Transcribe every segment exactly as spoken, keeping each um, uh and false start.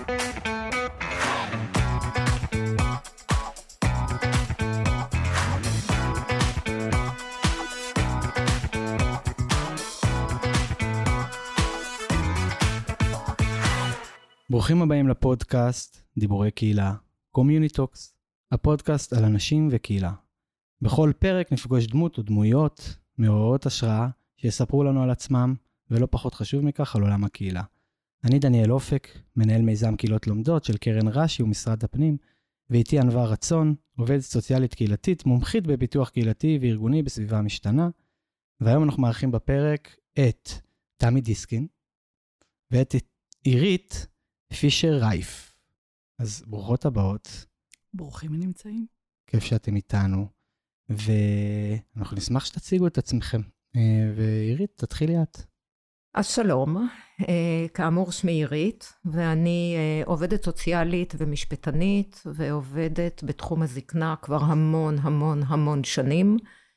ברוכים הבאים לפודקאסט דיבורי קהילה, Community Talks, הפודקאסט על אנשים וקהילה. בכל פרק נפגוש דמות או דמויות מעוררות השראה שיספרו לנו על עצמם, ולא פחות חשוב מכך על עולם הקהילה. אני דניאל אופק, מנהל מיזם קהילות לומדות של קרן רש"י ומשרד הפנים, ואיתי ענווה רצון, עובדת סוציאלית קהילתית, מומחית בפיתוח קהילתי וארגוני בסביבה המשתנה, והיום אנחנו מארחים בפרק את תמי דיסקין, ואת עירית פישר רייף. אז ברוכות הבאות. ברוכים הנמצאים. כיף שאתם איתנו, ואנחנו נשמח שתציגו את עצמכם. ועירית, תתחילי את. אז שלום, כאמור שמי עירית, ואני עובדת סוציאלית ומשפטנית, ועובדת בתחום הזקנה כבר המון המון המון שנים.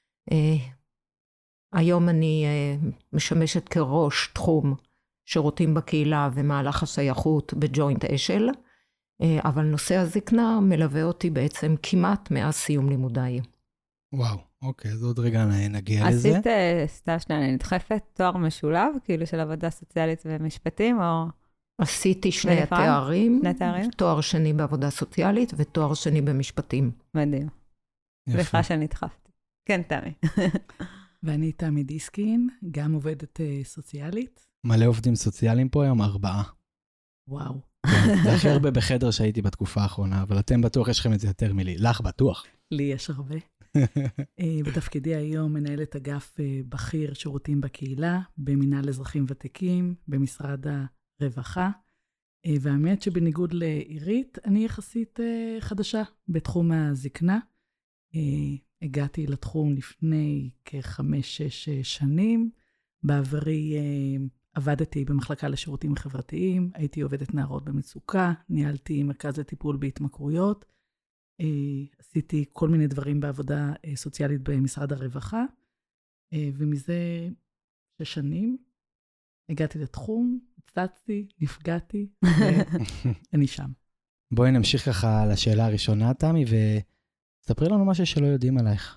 היום אני משמשת כראש תחום שירותים בקהילה ומהלך השייכות בג'וינט אשל, אבל נושא הזקנה מלווה אותי בעצם כמעט מאז סיום לימודיי. וואו, אוקיי, אז עוד רגע נגיע לזה. עשית, סתם שניה, נדחפת תואר משולב, כאילו של עבודה סוציאלית ומשפטים, או... עשיתי שני תארים, שני תארים? תואר שני בעבודה סוציאלית ותואר שני במשפטים. מדהים. סליחה שנדחפתי. כן, תמי. ואני תמי דיסקין, גם עובדת סוציאלית. מלא עובדים סוציאליים פה היום, ארבעה. וואו. זה הכי הרבה בחדר שהייתי בתקופה האחרונה, אבל אתם בטוח יש לכם את זה יותר מלי. לך בטוח. לי יש הרבה. בתפקידי היום מנהלת אגף בכיר שירותים בקהילה, במינהל אזרחים ותיקים, במשרד הרווחה, והאמת שבניגוד לעירית, אני יחסית חדשה בתחום הזקנה. הגעתי לתחום לפני כחמש-שש שנים, בעברי עבדתי במחלקה לשירותים חברתיים, הייתי עובדת נערות במצוקה, ניהלתי מרכז לטיפול בהתמכרויות, עשיתי כל מיני דברים בעבודה סוציאלית במשרד הרווחה, ומזה שש שנים הגעתי לתחום, הצטצתי, נפגעתי, ואני שם. בואי נמשיך ככה לשאלה הראשונה, תמי, וספרי לנו משהו שלא יודעים עלייך.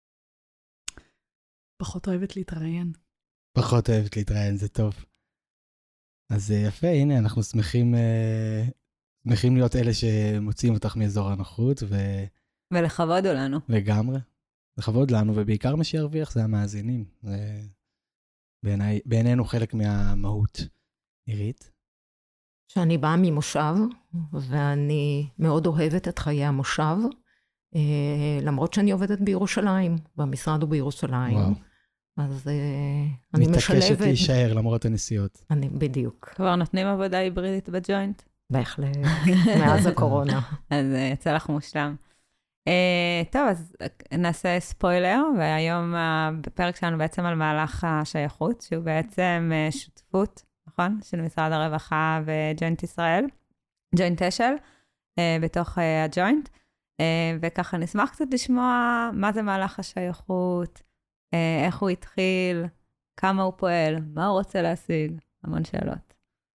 פחות אוהבת להתראיין. פחות אוהבת להתראיין, זה טוב. אז יפה, הנה, אנחנו שמחים, שמחים להיות אלה שמוצאים אותך מאזור הנוחות, ו... ולכבוד לנו. לגמרי. לכבוד לנו, ובעיקר מי שירוויח זה המאזינים. זה בעיני, בעינינו חלק מהמהות. עירית? שאני באה ממושב, ואני מאוד אוהבת את חיי המושב, למרות שאני עובדת בירושלים, במשרד ובירושלים. וואו. אז אני משלבת. מתעקשת להישאר למרות הנסיעות. אני, בדיוק. כבר נותנים עבודה היברידית בג'וינט? בהחלט, מאז הקורונה. אז יצא לך מושלם. טוב, אז נעשה ספוילר, והיום בפרק שלנו בעצם על מהלך השייכות, שהוא בעצם שותפות, נכון? של משרד הרווחה וג'וינט ישראל, ג'וינט אשל, בתוך הג'וינט, וככה נשמח קצת לשמוע מה זה מהלך השייכות, איך הוא התחיל, כמה הוא פועל, מה הוא רוצה להשיג, המון שאלות.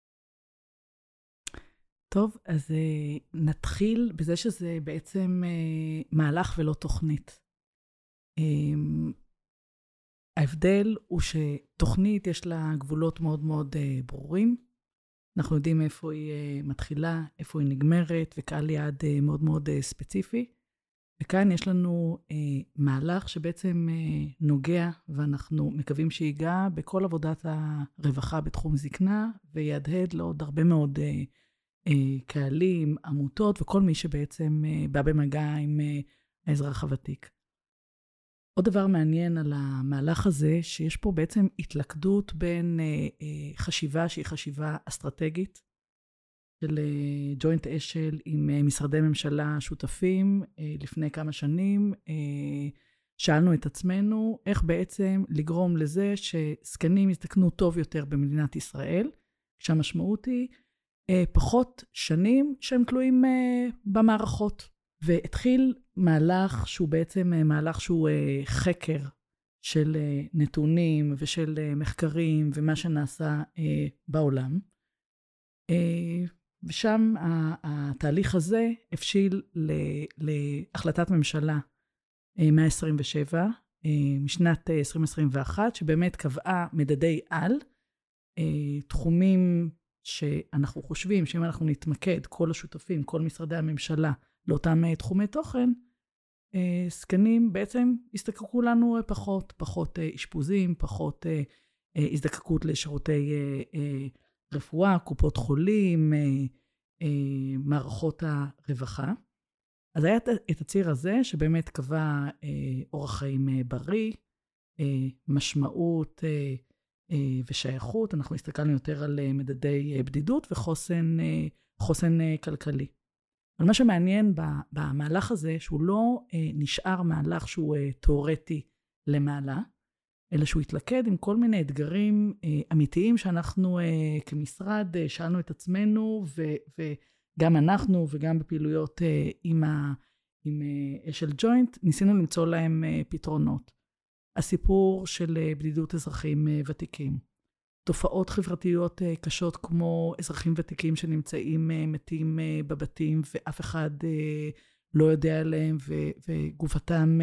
טוב, אז נתחיל בזה שזה בעצם מהלך ולא תוכנית. ההבדל הוא שתוכנית יש לה גבולות מאוד מאוד ברורים. אנחנו יודעים איפה היא מתחילה, איפה היא נגמרת, וקהל יעד מאוד מאוד ספציפי. וכאן יש לנו אה, מהלך שבעצם אה, נוגע, ואנחנו מקווים שיגע בכל עבודת הרווחה בתחום זקנה, וידהד לעוד הרבה מאוד אה, אה, קהלים, עמותות, וכל מי שבעצם אה, בא במגע עם אה, האזרח הוותיק. עוד דבר מעניין על המהלך הזה, שיש פה בעצם התלכדות בין אה, אה, חשיבה שהיא חשיבה אסטרטגית, של ג'וינט אשל עם משרדי ממשלה שותפים לפני כמה שנים. שאלנו את עצמנו איך בעצם לגרום לזה שזקנים יסתכנו טוב יותר במדינת ישראל, כשהמשמעות היא פחות שנים שהם תלויים במערכות. והתחיל מהלך שהוא בעצם מהלך שהוא חקר של נתונים ושל מחקרים ומה שנעשה בעולם. ושם התהליך הזה הבשיל להחלטת ממשלה מאה עשרים ושבע, משנת עשרים עשרים ואחת, שבאמת קבעה מדדי על, תחומים שאנחנו חושבים שאם אנחנו נתמקד, כל השותפים, כל משרדי הממשלה, לאותם תחומי תוכן, סקנים בעצם הסתכקו לנו פחות, פחות אשפוזים, פחות הזדקקות לשירותי רפואה, קופות חולים, מערכות הרווחה. אז היה את הציר הזה שבאמת קבע אורח חיים בריא, משמעות ושייכות. אנחנו הסתכלנו יותר על מדדי בדידות וחוסן חוסן כלכלי. אבל מה שמעניין במהלך הזה, שהוא לא נשאר מהלך שהוא תיאורטי למעלה, אלא שהוא התלכד עם כל מיני אתגרים אמיתיים שאנחנו כמשרד שאלנו את עצמנו, וגם אנחנו וגם בפעילויות עם, ה, עם אשל ג'וינט, ניסינו למצוא להם פתרונות. הסיפור של בדידות אזרחים ותיקים. תופעות חברתיות קשות כמו אזרחים ותיקים שנמצאים מתים בבתים ואף אחד לא יודע עליהם וגופתם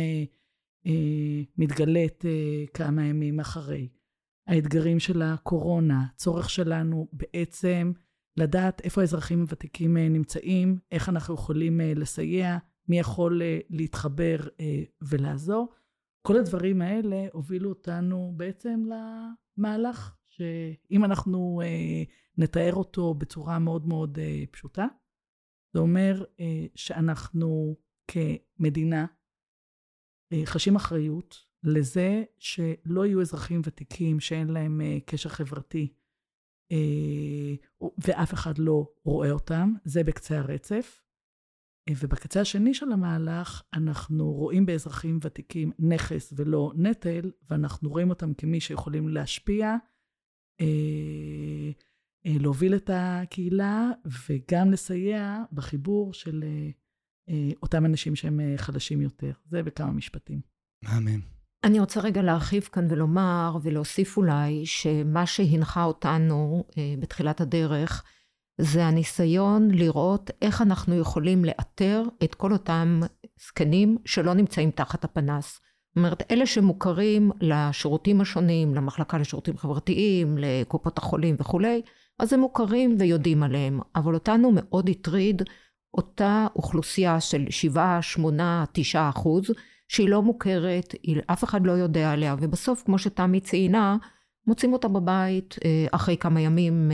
מתגלית כמה ימים אחרי. האתגרים של הקורונה, צורך שלנו בעצם לדעת איפה האזרחים הוותיקים נמצאים, איך אנחנו יכולים לסייע, מי יכול להתחבר ולעזור. כל הדברים האלה הובילו אותנו בעצם למהלך שאם אנחנו אה, נתאר אותו בצורה מאוד מאוד אה, פשוטה, זה אומר אה, שאנחנו כמדינה אה, חשים אחריות לזה שלא יהיו אזרחים ותיקים שאין להם אה, קשר חברתי, אה, ואף אחד לא רואה אותם, זה בקצה הרצף. אה, ובקצה השני של המהלך אנחנו רואים באזרחים ותיקים נכס ולא נטל, ואנחנו רואים אותם כמי שיכולים להשפיע, להוביל את הקהילה וגם לסייע בחיבור של אותם אנשים שהם חדשים יותר. זה בכמה משפטים. מהמם. אני רוצה רגע להרחיב כאן ולומר ולהוסיף אולי שמה שהנחה אותנו בתחילת הדרך זה הניסיון לראות איך אנחנו יכולים לאתר את כל אותם זקנים שלא נמצאים תחת הפנס. זאת אומרת, אלה שמוכרים לשירותים השונים, למחלקה לשירותים חברתיים, לקופות החולים וכו', אז הם מוכרים ויודעים עליהם. אבל אותנו מאוד הטריד אותה אוכלוסייה של שבעה, שמונה, תשעה אחוז, שהיא לא מוכרת, אף אחד לא יודע עליה, ובסוף, כמו שתמי ציינה, מוצאים אותה בבית אחרי כמה ימים,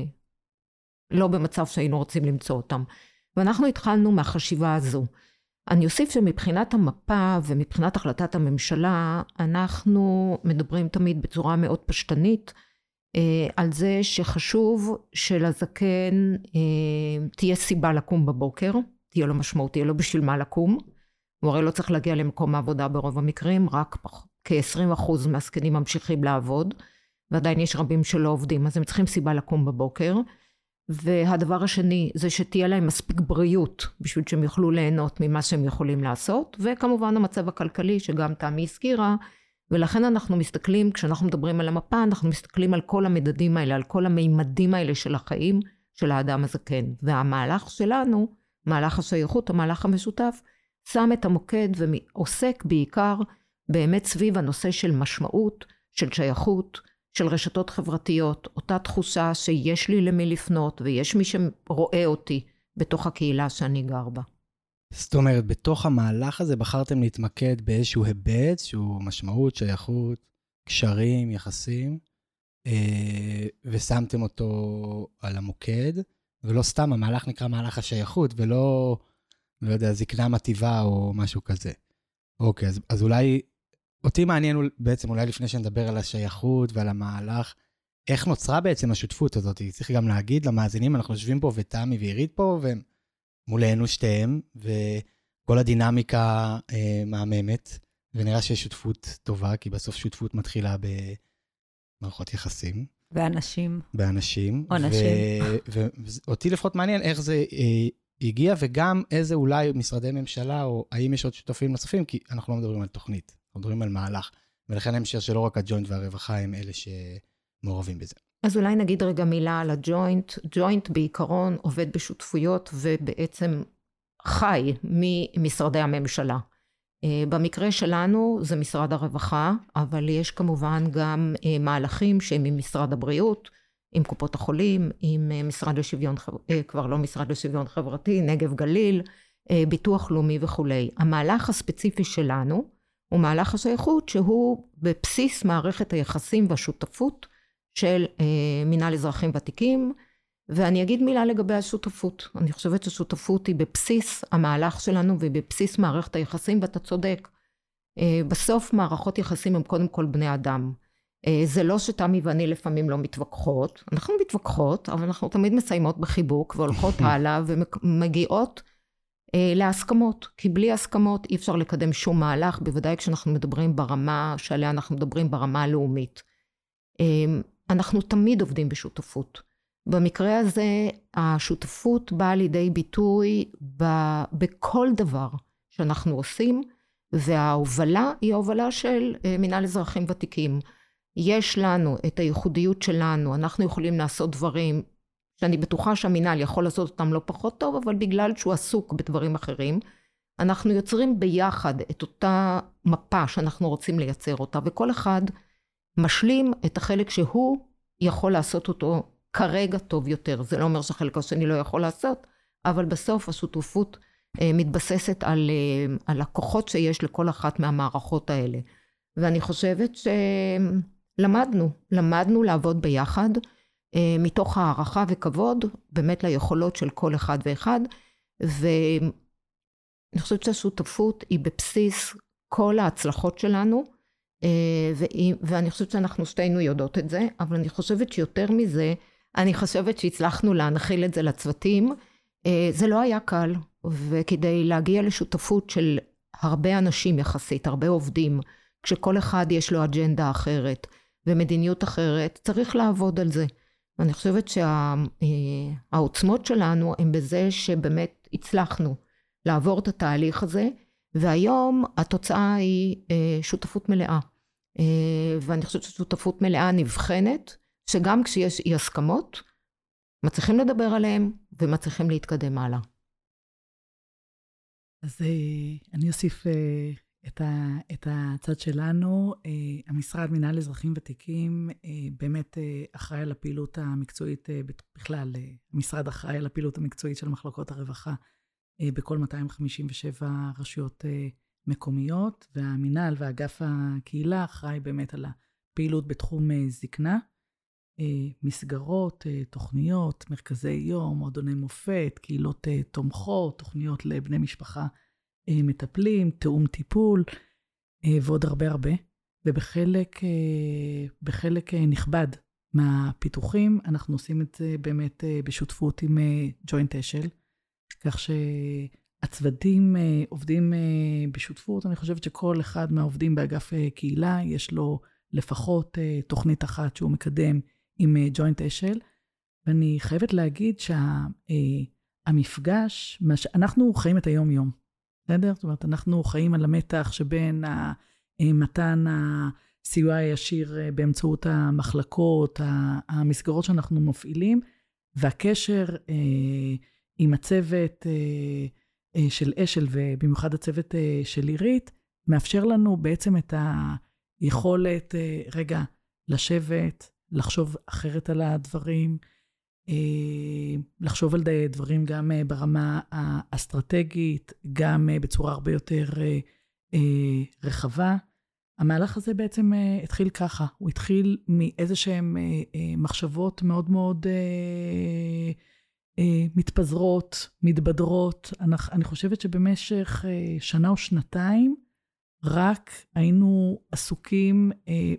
לא במצב שהיינו רוצים למצוא אותם. ואנחנו התחלנו מהחשיבה הזו. אני אוסיף שמבחינת המפה ומבחינת החלטת הממשלה, אנחנו מדברים תמיד בצורה מאוד פשטנית, אה, על זה שחשוב שלזקן אה, תהיה סיבה לקום בבוקר, תהיה לו משמעות, תהיה לו בשביל מה לקום, הוא הרי לא צריך להגיע למקום העבודה ברוב המקרים, רק כ-עשרים אחוז מהזקנים ממשיכים לעבוד, ועדיין יש רבים שלא עובדים, אז הם צריכים סיבה לקום בבוקר, והדבר השני זה שתהיה להם מספיק בריאות בשביל שהם יוכלו ליהנות ממה שהם יכולים לעשות, וכמובן המצב הכלכלי שגם תמי הזכירה, ולכן אנחנו מסתכלים, כשאנחנו מדברים על המפה, אנחנו מסתכלים על כל המדדים האלה, על כל המימדים האלה של החיים של האדם הזקן, והמהלך שלנו, מהלך השייכות, המהלך המשותף, שם את המוקד ועוסק בעיקר באמת סביב הנושא של משמעות, של שייכות, של רשתות חברתיות, אותה תחושה שיש לי למי לפנות, ויש מי שרואה אותי בתוך הקהילה שאני גר בה. זאת אומרת, בתוך המהלך הזה בחרתם להתמקד באיזשהו היבט, שהוא משמעות, שייכות, קשרים, יחסים, ושמתם אותו על המוקד, ולא סתם, המהלך נקרא מהלך השייכות, ולא, לא יודע, זקנה מטיבה או משהו כזה. אוקיי, אז, אז אולי... אותי מעניין בעצם, אולי לפני שנדבר על השייכות ועל המהלך, איך נוצרה בעצם השותפות הזאת? צריך גם להגיד למאזינים, אנחנו יושבים פה ותמי ועירית פה, ומולנו שתיהם, וכל הדינמיקה אה, מהממת, ונראה שיש שותפות טובה, כי בסוף שותפות מתחילה במערכות יחסים. באנשים. באנשים. או נשים. ואותי לפחות מעניין איך זה אה, הגיע, וגם איזה אולי משרדי ממשלה, או האם יש עוד שותפים נוספים, כי אנחנו לא מדברים על תוכנית. אנחנו מדברים על מהלך, ולכן אני משאר שלא רק הג'וינט והרווחה הם אלה שמעורבים בזה. אז אולי נגיד רגע מילה על הג'וינט. ג'וינט בעיקרון עובד בשותפויות ובעצם חי ממשרדי הממשלה. במקרה שלנו זה משרד הרווחה, אבל יש כמובן גם מהלכים שהם ממשרד הבריאות, עם קופות החולים, עם משרד לשוויון, כבר לא משרד לשוויון חברתי, נגב גליל, ביטוח לאומי וכו'. המהלך הספציפי שלנו הוא מהלך השייכות שהוא בבסיס מערכת היחסים והשותפות של מינהל אזרחים ותיקים, ואני אגיד מילה לגבי השותפות. אני חושבת ששותפות היא בבסיס המהלך שלנו ובבסיס מערכת היחסים, ואתה צודק. בסוף מערכות יחסים הם קודם כל בני אדם. זה לא שתמי ואני לפעמים לא מתווכחות, אנחנו מתווכחות, אבל אנחנו תמיד מסיימות בחיבוק והולכות הלאה ומגיעות להסכמות, כי בלי הסכמות אי אפשר לקדם שום מהלך, בוודאי כשאנחנו מדברים ברמה שעליה אנחנו מדברים ברמה הלאומית. אנחנו תמיד עובדים בשותפות. במקרה הזה השותפות באה לידי ביטוי ב- בכל דבר שאנחנו עושים, וההובלה היא ההובלה של מינהל אזרחים ותיקים. יש לנו את הייחודיות שלנו, אנחנו יכולים לעשות דברים שאני בטוחה שהמינהל יכול לעשות אותם לא פחות טוב, אבל בגלל שהוא עסוק בדברים אחרים, אנחנו יוצרים ביחד את אותה מפה שאנחנו רוצים לייצר אותה, וכל אחד משלים את החלק שהוא יכול לעשות אותו כרגע טוב יותר. זה לא אומר שחלק השני לא יכול לעשות, אבל בסוף השותפות מתבססת על, על הכוחות שיש לכל אחת מהמערכות האלה. ואני חושבת שלמדנו, למדנו לעבוד ביחד, מתוך הערכה וכבוד, באמת ליכולות של כל אחד ואחד, ואני חושבת שהשותפות היא בבסיס כל ההצלחות שלנו, ואני חושבת שאנחנו שתינו יודעות את זה, אבל אני חושבת שיותר מזה, אני חושבת שהצלחנו להנחיל את זה לצוותים, זה לא היה קל, וכדי להגיע לשותפות של הרבה אנשים יחסית, הרבה עובדים, כשכל אחד יש לו אג'נדה אחרת, ומדיניות אחרת, צריך לעבוד על זה. ואני חושבת שהעוצמות שלנו הם בזה שבאמת הצלחנו לעבור את התהליך הזה, והיום התוצאה היא שותפות מלאה. ואני חושבת ששותפות מלאה נבחנת, שגם כשיש אי הסכמות, מצליחים לדבר עליהם ומצליחים להתקדם הלאה. אז אני אוסיף את, ה, את הצד שלנו. המשרד מינהל אזרחים ותיקים באמת אחראי על הפעילות המקצועית, בכלל המשרד אחראי על הפעילות המקצועית של מחלקות הרווחה בכל מאתיים חמישים ושבע רשויות מקומיות, והמינהל ואגף הקהילה אחראי באמת על הפעילות בתחום זקנה, מסגרות, תוכניות, מרכזי יום, מועדוני מופת, קהילות תומכות, תוכניות לבני משפחה מטפלים, תאום טיפול, ועוד הרבה הרבה. ובחלק בחלק נכבד מהפיתוחים, אנחנו עושים את זה באמת בשותפות עם ג'וינט אשל, כך שהצוותים עובדים בשותפות. אני חושבת שכל אחד מהעובדים באגף קהילה, יש לו לפחות תוכנית אחת שהוא מקדם עם ג'וינט אשל, ואני חייבת להגיד שהמפגש, אנחנו חיים את היום יום, בסדר? זאת אומרת, אנחנו חיים על המתח שבין מתן הסיוע הישיר באמצעות המחלקות, המסגרות שאנחנו מפעילים, והקשר עם הצוות של אשל, ובמיוחד הצוות של עירית, מאפשר לנו בעצם את היכולת, רגע, לשבת, לחשוב אחרת על הדברים, לחשוב על דברים גם ברמה האסטרטגית, גם בצורה הרבה יותר רחבה. המהלך הזה בעצם התחיל ככה, הוא התחיל מאיזשהם מחשבות מאוד מאוד מתפזרות, מתבדרות. אני חושבת שבמשך שנה או שנתיים, רק היינו עסוקים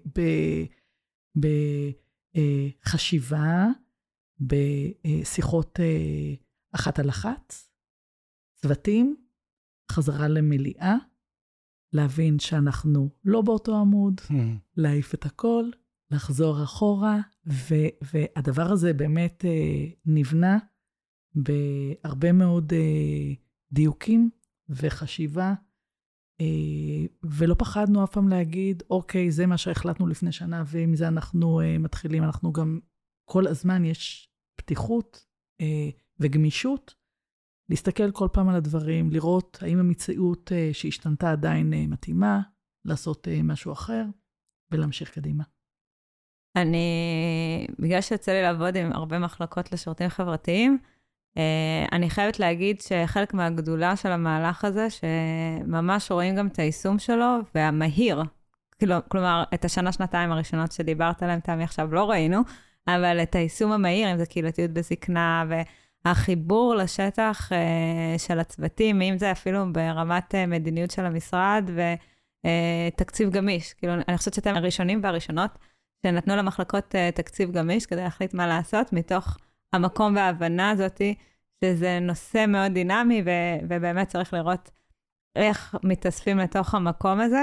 בחשיבה, בשיחות אחת על אחת, צוותים, חזרה למליאה, להבין שאנחנו לא באותו עמוד, להעיף את הכל, לחזור אחורה, והדבר הזה באמת נבנה בהרבה מאוד דיוקים וחשיבה, ולא פחדנו אף פעם להגיד, אוקיי, זה מה שהחלטנו לפני שנה, ועם זה אנחנו מתחילים, אנחנו גם כל הזמן יש פתיחות אה, וגמישות, להסתכל כל פעם על הדברים, לראות האם המציאות אה, שהשתנתה עדיין אה, מתאימה, לעשות אה, משהו אחר, ולהמשיך קדימה. אני, בגלל שיצא לי לעבוד עם הרבה מחלקות לשירותים חברתיים, אני חייבת להגיד שחלק מהגדולה של המהלך הזה, שממש רואים גם את היישום שלו, והמהיר, כלומר, את השנה, שנתיים הראשונות שדיברת עליהם, תמי עכשיו לא ראינו, אבל את היישום המהיר, אם זה קהילתיות בזקנה, והחיבור לשטח של הצוותים, אם זה אפילו ברמת מדיניות של המשרד, ותקציב גמיש. כאילו, אני חושבת שאתם הראשונים והראשונות, שנתנו למחלקות תקציב גמיש, כדי להחליט מה לעשות, מתוך המקום וההבנה הזאת, שזה נושא מאוד דינמי, ו- ובאמת צריך לראות איך מתאספים לתוך המקום הזה,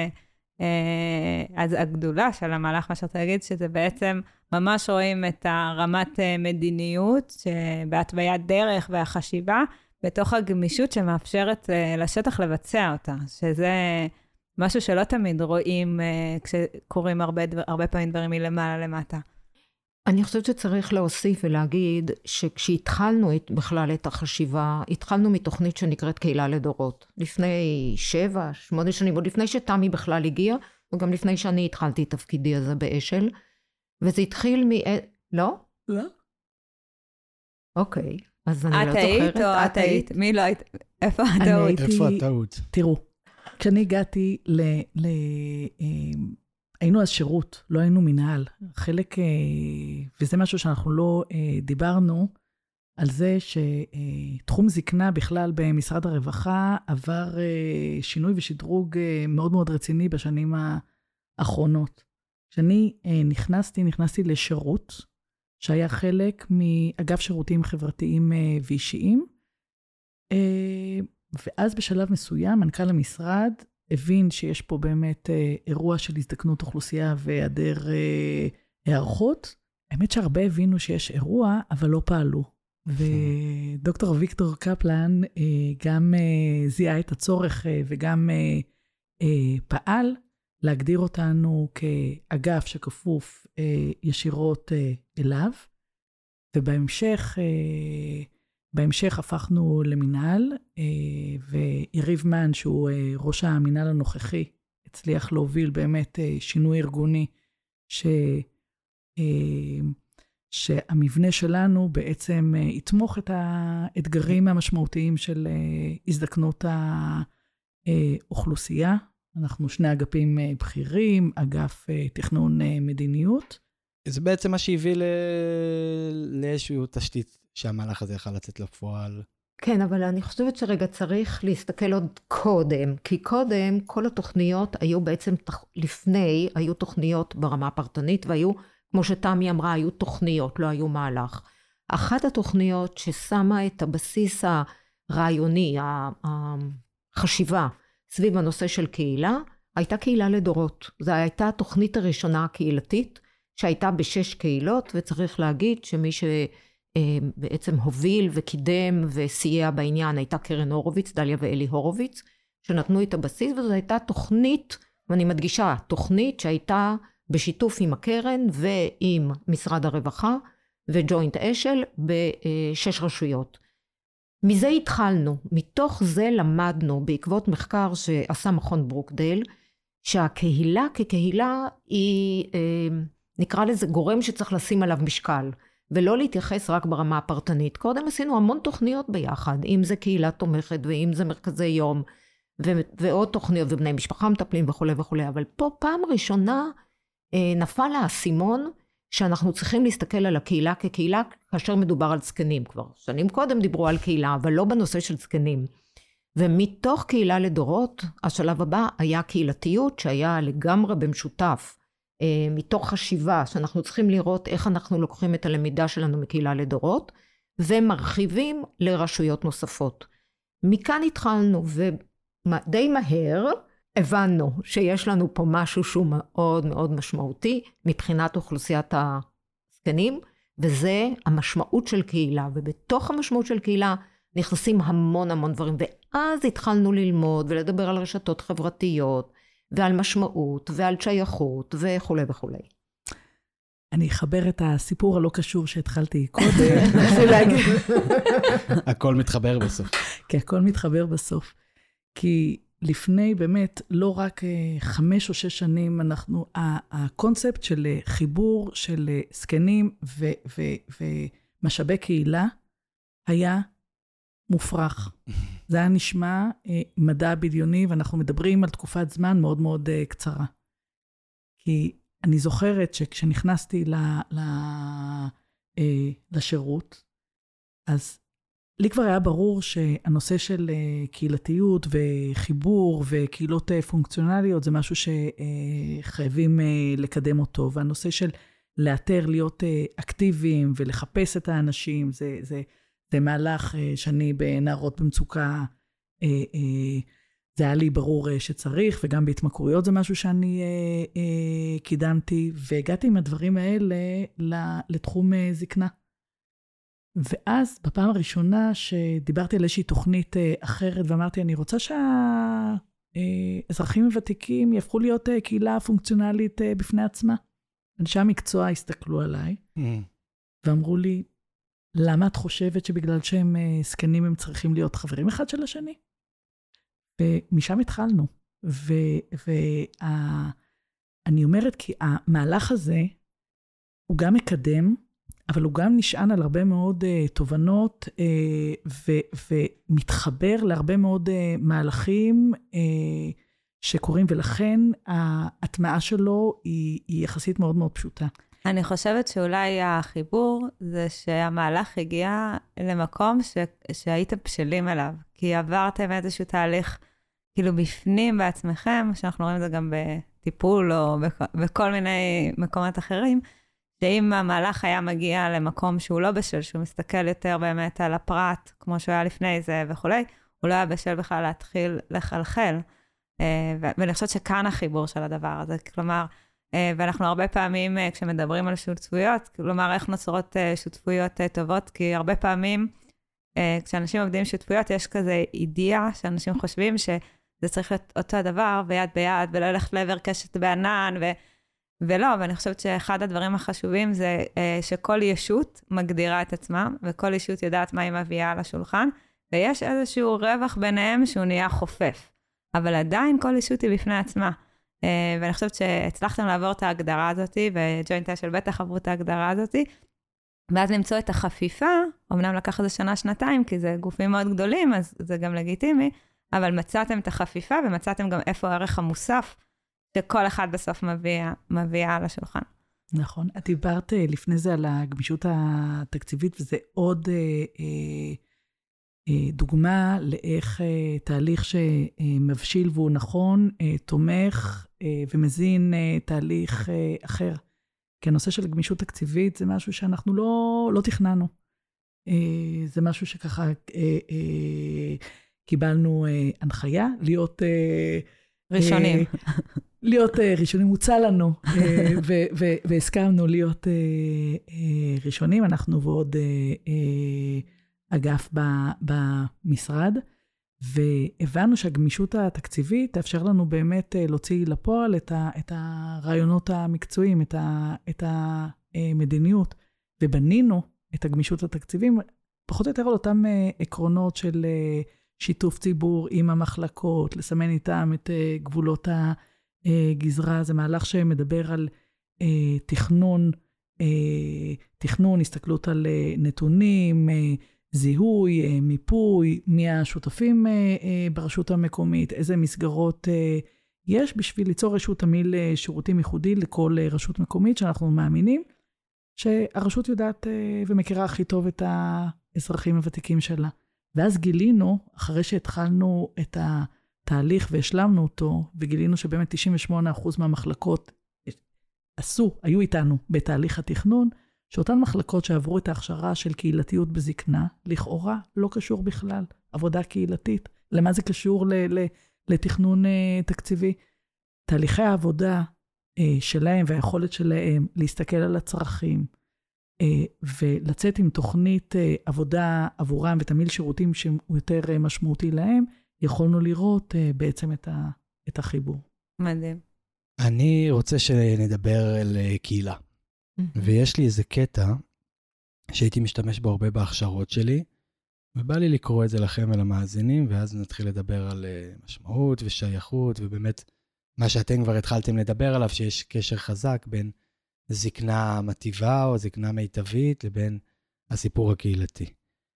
ואז הגדולה של המהלך, מה שאתה להגיד, שזה בעצם ממש רואים את הרמת מדיניות, שבהתוויית דרך והחשיבה, בתוך הגמישות שמאפשרת לשטח לבצע אותה, שזה משהו שלא תמיד רואים כשקוראים הרבה, דבר, הרבה פעמים דברים מלמעלה למטה. אני חושבת שצריך להוסיף ולהגיד שכשהתחלנו את, בכלל את החשיבה, התחלנו מתוכנית שנקראת קהילה לדורות. לפני שבע, שמונה שנים, עוד לפני שתמי בכלל הגיע, וגם לפני שאני התחלתי את תפקידי הזה באשל. וזה התחיל מ... לא? לא. אוקיי, אז אני לא זוכרת. את היית או את היית? מי לא היית? איפה הטעות? איפה הטעות? תראו, כשאני הגעתי ל... ל... היינו אז שירות, לא היינו מנהל. חלק, וזה משהו שאנחנו לא דיברנו, על זה שתחום זקנה בכלל במשרד הרווחה עבר שינוי ושדרוג מאוד מאוד רציני בשנים האחרונות. כשאני נכנסתי, נכנסתי לשירות, שהיה חלק מאגף שירותים חברתיים ואישיים, ואז בשלב מסוים, מנכ"ל המשרד, הבין שיש פה באמת אה, אירוע של הזדקנות אוכלוסייה והיעדר אה, הערכות. האמת שהרבה הבינו שיש אירוע, אבל לא פעלו. ודוקטור ויקטור קפלן אה, גם אה, זיהה את הצורך אה, וגם אה, אה, פעל להגדיר אותנו כאגף שכפוף אה, ישירות אה, אליו. ובהמשך... אה, בהמשך הפכנו למנהל, ויריב מן, שהוא ראש המנהל הנוכחי, הצליח להוביל באמת שינוי ארגוני, ש... שהמבנה שלנו בעצם יתמוך את האתגרים המשמעותיים של הזדקנות האוכלוסייה. אנחנו שני אגפים בכירים, אגף תכנון מדיניות. זה בעצם מה שהביא ל... לאיזושהי תשתית. שהמהלך הזה יכל לצאת לפועל. כן, אבל אני חושבת שרגע צריך להסתכל עוד קודם, כי קודם כל התוכניות היו בעצם לפני, היו תוכניות ברמה הפרטנית, והיו, כמו שתמי אמרה, היו תוכניות, לא היו מהלך. אחת התוכניות ששמה את הבסיס הרעיוני, החשיבה סביב הנושא של קהילה, הייתה קהילה לדורות. זו הייתה התוכנית הראשונה הקהילתית, שהייתה בשש קהילות, וצריך להגיד שמי ש... בעצם הוביל וקידם וסייע בעניין, הייתה קרן הורוביץ, דליה ואלי הורוביץ, שנתנו את הבסיס, וזו הייתה תוכנית, ואני מדגישה, תוכנית שהייתה בשיתוף עם הקרן ועם משרד הרווחה וג'וינט אשל בשש רשויות. מזה התחלנו, מתוך זה למדנו בעקבות מחקר שעשה מכון ברוקדייל, שהקהילה כקהילה היא, נקרא לזה גורם שצריך לשים עליו משקל, ולא להתייחס רק ברמה הפרטנית. קודם עשינו המון תוכניות ביחד, אם זה קהילה תומכת, ואם זה מרכזי יום, ו- ועוד תוכניות, ובני משפחה מטפלים וכו' וכו'. אבל פה פעם ראשונה אה, נפל האסימון, שאנחנו צריכים להסתכל על הקהילה כקהילה, כאשר מדובר על זקנים כבר. שנים קודם דיברו על קהילה, אבל לא בנושא של זקנים. ומתוך קהילה לדורות, השלב הבא היה קהילתיות, שהיה לגמרי במשותף, מתוך חשיבה שאנחנו צריכים לראות איך אנחנו לוקחים את הלמידה שלנו מקהילה לדורות, ומרחיבים לרשויות נוספות. מכאן התחלנו, ודי מהר הבנו שיש לנו פה משהו שהוא מאוד מאוד משמעותי, מבחינת אוכלוסיית הזקנים, וזה המשמעות של קהילה, ובתוך המשמעות של קהילה נכנסים המון המון דברים, ואז התחלנו ללמוד ולדבר על רשתות חברתיות, ועל משמעות, ועל שייכות, וכו' וכו'. אני אחבר את הסיפור הלא קשור שהתחלתי קודם. הכל מתחבר בסוף. כי הכל מתחבר בסוף. כי לפני באמת לא רק חמש או שש שנים, אנחנו, הקונספט של חיבור של זקנים ומשאבי קהילה היה מופרך. זה היה נשמע מדע בדיוני, ואנחנו מדברים על תקופת זמן מאוד מאוד קצרה. כי אני זוכרת שכשנכנסתי ל, ל, לשירות, אז לי כבר היה ברור שהנושא של קהילתיות וחיבור וקהילות פונקציונליות זה משהו שחייבים לקדם אותו, והנושא של לאתר, להיות אקטיביים ולחפש את האנשים, זה, זה, זה מהלך שאני בנערות במצוקה, זה היה לי ברור שצריך, וגם בהתמכרויות זה משהו שאני קידמתי, והגעתי עם הדברים האלה לתחום זקנה. ואז בפעם הראשונה שדיברתי על איזושהי תוכנית אחרת, ואמרתי, אני רוצה שהאזרחים הוותיקים יהפכו להיות קהילה פונקציונלית בפני עצמה. אנשי המקצוע הסתכלו עליי, mm. ואמרו לי, למה את חושבת שבגלל שהם זקנים הם צריכים להיות חברים אחד של השני? ומשם התחלנו. ואני אומרת, כי המהלך הזה הוא גם מקדם, אבל הוא גם נשען על הרבה מאוד uh, תובנות uh, ו- ומתחבר להרבה מאוד uh, מהלכים uh, שקורים, ולכן ההטמעה שלו היא, היא יחסית מאוד מאוד פשוטה. אני חושבת שאולי החיבור זה שהמהלך הגיע למקום ש- שהייתם בשלים אליו, כי עברתם איזשהו תהליך כאילו בפנים בעצמכם, שאנחנו רואים את זה גם בטיפול או בכ- בכל מיני מקומות אחרים, שאם המהלך היה מגיע למקום שהוא לא בשל, שהוא מסתכל יותר באמת על הפרט, כמו שהוא היה לפני זה וכולי, הוא לא היה בשל בכלל להתחיל לחלחל. ואני חושבת שכאן החיבור של הדבר הזה. כלומר, ואנחנו הרבה פעמים כשמדברים על שותפויות, כלומר, איך נוצרות שותפויות טובות, כי הרבה פעמים כשאנשים עובדים שותפויות, יש כזה אידאה שאנשים חושבים שזה צריך להיות אותו הדבר, ביד ביד, ולא ללכת לעבר קשת בענן, ו... ולא, ואני חושבת שאחד הדברים החשובים זה אה, שכל ישות מגדירה את עצמה, וכל ישות יודעת מה היא מביאה על השולחן, ויש איזשהו רווח ביניהם שהוא נהיה חופף. אבל עדיין כל ישות היא בפני עצמה. אה, ואני חושבת שהצלחתם לעבור את ההגדרה הזאת, וג'וינט אשל בטח עברו את ההגדרה הזאת, ואז למצוא את החפיפה, אמנם לקח איזה שנה, שנתיים, כי זה גופים מאוד גדולים, אז זה גם לגיטימי, אבל מצאתם את החפיפה, ומצאתם גם איפה הערך המוסף, שכל אחד בסוף מביא, מביא על השולחן. נכון. את דיברת לפני זה על הגמישות התקציבית, וזה עוד אה, אה, דוגמה לאיך אה, תהליך שמבשיל והוא נכון, אה, תומך אה, ומזין אה, תהליך אה, אחר. כי הנושא של גמישות תקציבית זה משהו שאנחנו לא, לא תכננו. אה, זה משהו שככה אה, אה, קיבלנו אה, הנחיה להיות... אה, ראשונים. להיות ראשונים, הוצא לנו, והסכמנו להיות ראשונים, אנחנו ועוד אגף במשרד, והבנו שהגמישות התקציבית תאפשר לנו באמת להוציא לפועל את הרעיונות המקצועיים, את המדיניות, ובנינו את הגמישות התקציבים, פחות או יותר על אותם עקרונות של שיתוף ציבור עם המחלקות, לסמן איתם את גבולות הגזרה, זה מהלך שמדבר על תכנון, תכנון, הסתכלות על נתונים, זיהוי, מיפוי, מי השותפים ברשות המקומית, איזה מסגרות יש בשביל ליצור רשות תמיל שירותים ייחודי לכל רשות מקומית, שאנחנו מאמינים שהרשות יודעת ומכירה הכי טוב את האזרחים הוותיקים שלה. ואז גילינו, אחרי שהתחלנו את התהליך והשלמנו אותו, וגילינו שבאמת תשעים ושמונה אחוז מהמחלקות עשו, היו איתנו בתהליך התכנון, שאותן מחלקות שעברו את ההכשרה של קהילתיות בזקנה, לכאורה לא קשור בכלל, עבודה קהילתית. למה זה קשור ל- ל- לתכנון uh, תקציבי? תהליכי העבודה uh, שלהם והיכולת שלהם להסתכל על הצרכים, uh, ולצאת עם תוכנית uh, עבודה עבורם ותמיל שירותים שהוא יותר uh, משמעותי להם, יכולנו לראות uh, בעצם את, ה- את החיבור. מדהים. אני רוצה שנדבר על קהילה. ויש לי איזה קטע שהייתי משתמש בו הרבה בהכשרות שלי, ובא לי לקרוא את זה לכם ולמאזינים, ואז נתחיל לדבר על משמעות ושייכות, ובאמת מה שאתם כבר התחלתם לדבר עליו, שיש קשר חזק בין זקנה מטיבה או זקנה מיטבית, לבין הסיפור הקהילתי.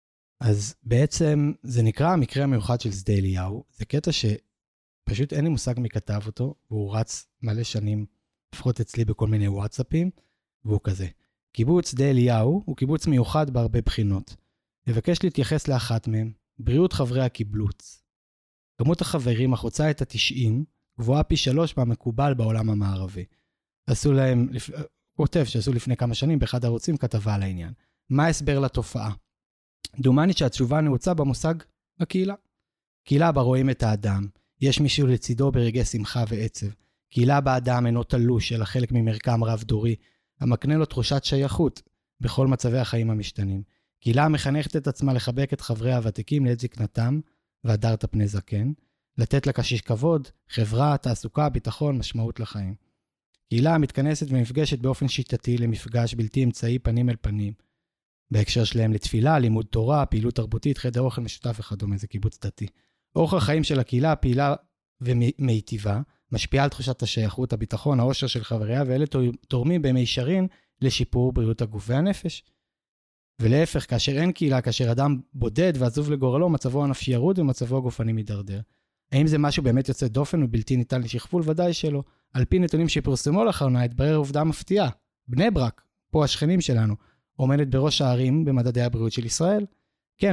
אז בעצם זה נקרא המקרה המיוחד של שדה אליהו, זה קטע שפשוט אין לי מושג מי כתב אותו, והוא רץ מלא שנים, לפחות אצלי בכל מיני וואטסאפים, והוא כזה. קיבוץ שדה אליהו הוא קיבוץ מיוחד בהרבה בחינות. מבקש להתייחס לאחת מהם, בריאות חברי הקיבוץ. כמות החברים החוצה את התשעים, גבוהה פי שלוש מהמקובל בעולם המערבי. עשו להם, כותב שעשו לפני כמה שנים, באחד הערוצים כתבה על העניין. מה ההסבר לתופעה? דומני שהתשובה נעוצה במושג הקהילה. קהילה בה רואים את האדם, יש מישהו לצידו ברגעי שמחה ועצב. קהילה בה האדם אינו תלוש, אלא חלק ממרקם רב דורי, המקנה לו תחושת שייכות בכל מצבי החיים המשתנים. קהילה המחנכת את עצמה לחבק את חברי הוותיקים לעת זקנתם, והדרת פני זקן, לתת לקשיש כבוד, חברה, תעסוקה, ביטחון, משמעות לחיים. קהילה המתכנסת ומפגשת באופן שיטתי למפגש בלתי אמצעי פנים אל פנים, בהקשר שלהם לתפילה, לימוד תורה, פעילות תרבותית, חדר אוכל משותף וכדומה, זה קיבוץ דתי. אורח החיים של הקהילה, פעילה ומיטיבה, משפיעה על תחושת השייכות, הביטחון, העושר של חבריה, ואלה תורמים במישרין לשיפור בריאות הגוף והנפש. ולהפך, כאשר אין קהילה, כאשר אדם בודד ועזוב לגורלו, מצבו הנפשי ירוד ומצבו הגופני מתדרדר. האם זה משהו באמת יוצא דופן ובלתי ניתן לשכפול? ודאי שלא. על פי נתונים שפרסמו לאחרונה, התברר עובדה מפתיעה. בני ברק, פה השכנים שלנו, עומדת בראש הערים במדדי הבריאות של ישראל. כן,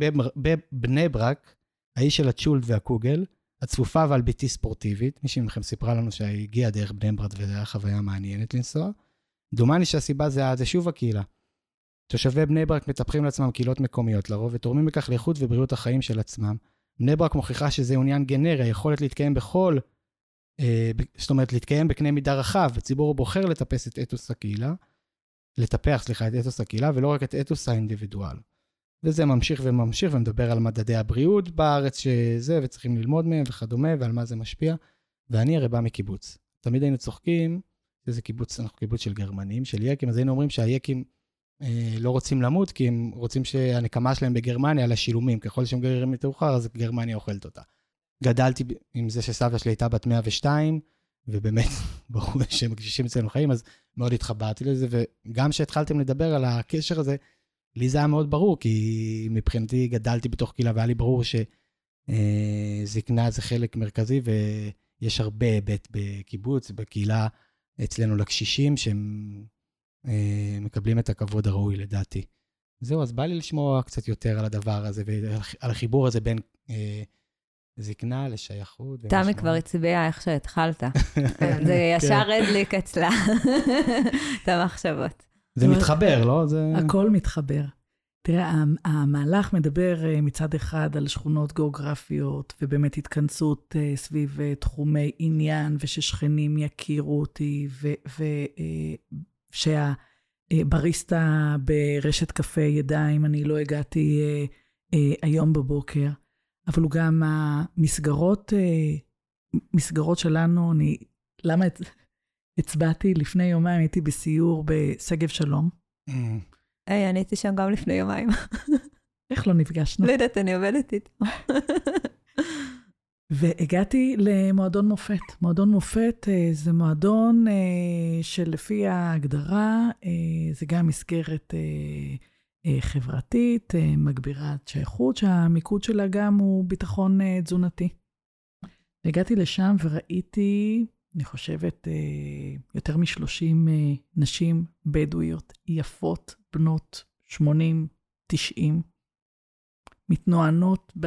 בבני ברק, האיש של הצ'ולד והקוגל, הצפופה ועל ביתי ספורטיבית, מישהי מכם סיפרה לנו שהגיעה דרך בני ברק וזו הייתה חוויה מעניינת לנסוע. דומני שהסיבה זה, זה שוב הקהילה. תושבי בני ברק מטפחים לעצמם קהילות מקומיות לרוב, ותורמים בכך לאיכות ובריאות החיים של עצמם. בני ברק מוכיחה שזה עניין גנרי, היכולת להתקיים בכל, אה, זאת אומרת, להתקיים בקנה מידה רחב, וציבור בוחר לטפס את אתוס הקהילה, לטפח, סליחה, את אתוס הקהילה, ולא רק את אתוס האינדיבידואל. וזה ממשיך וממשיך, ומדבר על מדדי הבריאות בארץ שזה, וצריכים ללמוד מהם וכדומה, ועל מה זה משפיע. ואני הרי בא מקיבוץ. תמיד היינו צוחקים, שזה קיבוץ, אנחנו קיבוץ של גרמנים, של יקים, אז היינו אומרים שהיקים אה, לא רוצים למות, כי הם רוצים שהנקמה שלהם בגרמניה על השילומים, ככל שהם גררים מתאוחר, אז גרמניה אוכלת אותה. גדלתי עם זה שסבתא שלי הייתה בת מאה ושתיים, ובאמת, ברור שהם מגשישים אצלנו חיים, אז מאוד התחברתי לזה, וגם שהתחלתם לדבר על הקשר הזה, לי זה היה מאוד ברור, כי מבחינתי גדלתי בתוך קהילה, והיה לי ברור שזקנה זה חלק מרכזי, ויש הרבה היבט בקיבוץ, בקהילה אצלנו לקשישים, שהם מקבלים את הכבוד הראוי לדעתי. זהו, אז בא לי לשמוע קצת יותר על הדבר הזה, ועל החיבור הזה בין זקנה לשייכות. תמי כבר הצביעה איך שהתחלת. זה ישר הדליק אצלה את המחשבות. זה מתחבר, לא? הכל מתחבר. תראה, המהלך מדבר מצד אחד על שכונות גיאוגרפיות, ובאמת התכנסות סביב תחומי עניין, וששכנים יכירו אותי, ושהבריסטה ברשת קפה ידיים, אני לא הגעתי היום בבוקר, אבל הוא גם המסגרות, מסגרות שלנו, אני, למה את... הצבעתי לפני יומיים, הייתי בסיור בשגב שלום. היי, אני הייתי שם גם לפני יומיים. איך לא נפגשנו? לא יודעת, אני עובדת איתו. והגעתי למועדון מופת. מועדון מופת זה מועדון שלפי ההגדרה, זה גם מסגרת חברתית, מגבירת שייכות, שהמיקוד שלה גם הוא ביטחון תזונתי. הגעתי לשם וראיתי... אני חושבת, יותר משלושים נשים בדואיות יפות, בנות שמונים, תשעים, מתנוענות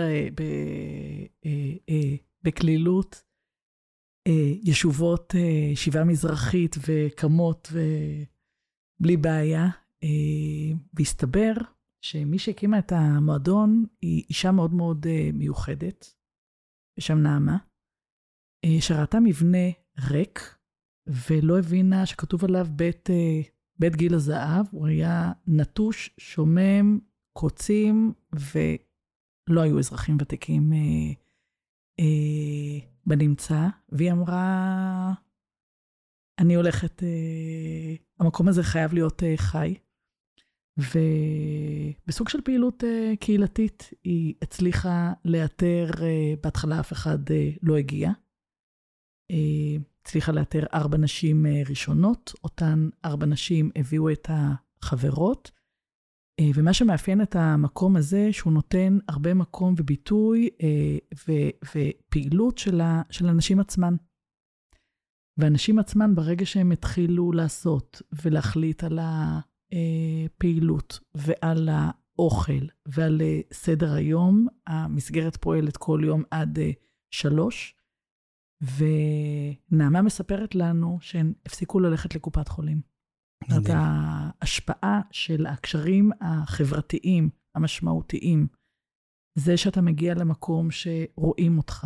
בכלילות, ישובות שיבה מזרחית וקמות בלי בעיה, והסתבר שמי שהקימה את המועדון היא אישה מאוד מאוד מיוחדת, ושם נעמה, שראתה מבנה ריק, ולא הבינה שכתוב עליו בית, בית גיל הזהב, הוא היה נטוש, שומם, קוצים, ולא היו אזרחים ותיקים אה, אה, בנמצא, והיא אמרה, אני הולכת, המקום הזה חייב להיות חי, ובסוג של פעילות קהילתית, היא הצליחה לאתר, בהתחלה אף אחד לא הגיע, הצליחה לאתר ארבע נשים ראשונות, אותן ארבע נשים הביאו את החברות, ומה שמאפיין את המקום הזה, שהוא נותן הרבה מקום וביטוי ופעילות של הנשים עצמן. והנשים עצמן, ברגע שהם התחילו לעשות ולהחליט על הפעילות ועל האוכל ועל סדר היום, המסגרת פועלת כל יום עד שלוש, ונעמה מספרת לנו שהן הפסיקו ללכת לקופת חולים. זאת ההשפעה של הקשרים החברתיים, המשמעותיים, זה שאתה מגיע למקום שרואים אותך,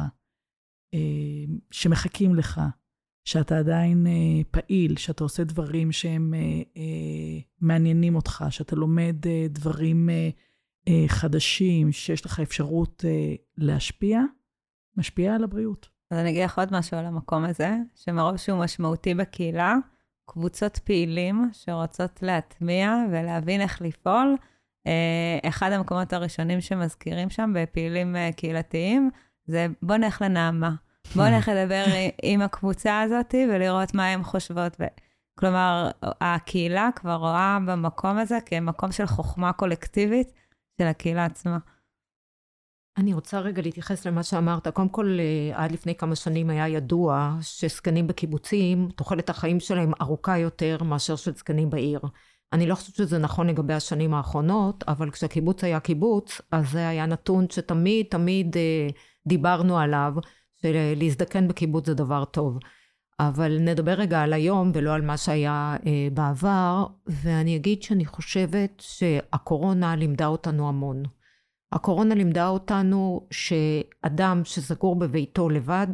שמחכים לך, שאתה עדיין פעיל, שאתה עושה דברים שהם מעניינים אותך, שאתה לומד דברים חדשים, שיש לך אפשרות להשפיע, משפיע על הבריאות. אז אני אגיד לך עוד משהו על המקום הזה, שמרוב שהוא משמעותי בקהילה, קבוצות פעילים שרוצות להטמיע ולהבין איך לפעול. אחד המקומות הראשונים שמזכירים שם בפעילים קהילתיים, זה בוא נלך לנעמה. בוא נלך לדבר עם הקבוצה הזאת ולראות מה הן חושבות. כלומר, הקהילה כבר רואה במקום הזה כמקום של חוכמה קולקטיבית של הקהילה עצמה. אני רוצה רגע להתייחס למה שאמרת. קודם כל, עד לפני כמה שנים היה ידוע שזקנים בקיבוצים, תוחלת החיים שלהם ארוכה יותר מאשר של זקנים בעיר. אני לא חושבת שזה נכון לגבי השנים האחרונות, אבל כשהקיבוץ היה קיבוץ, אז זה היה נתון שתמיד, תמיד אה, דיברנו עליו, שלהזדקן בקיבוץ זה דבר טוב. אבל נדבר רגע על היום ולא על מה שהיה אה, בעבר, ואני אגיד שאני חושבת שהקורונה לימדה אותנו המון. הקורונה לימדה אותנו שאדם שסגור בביתו לבד,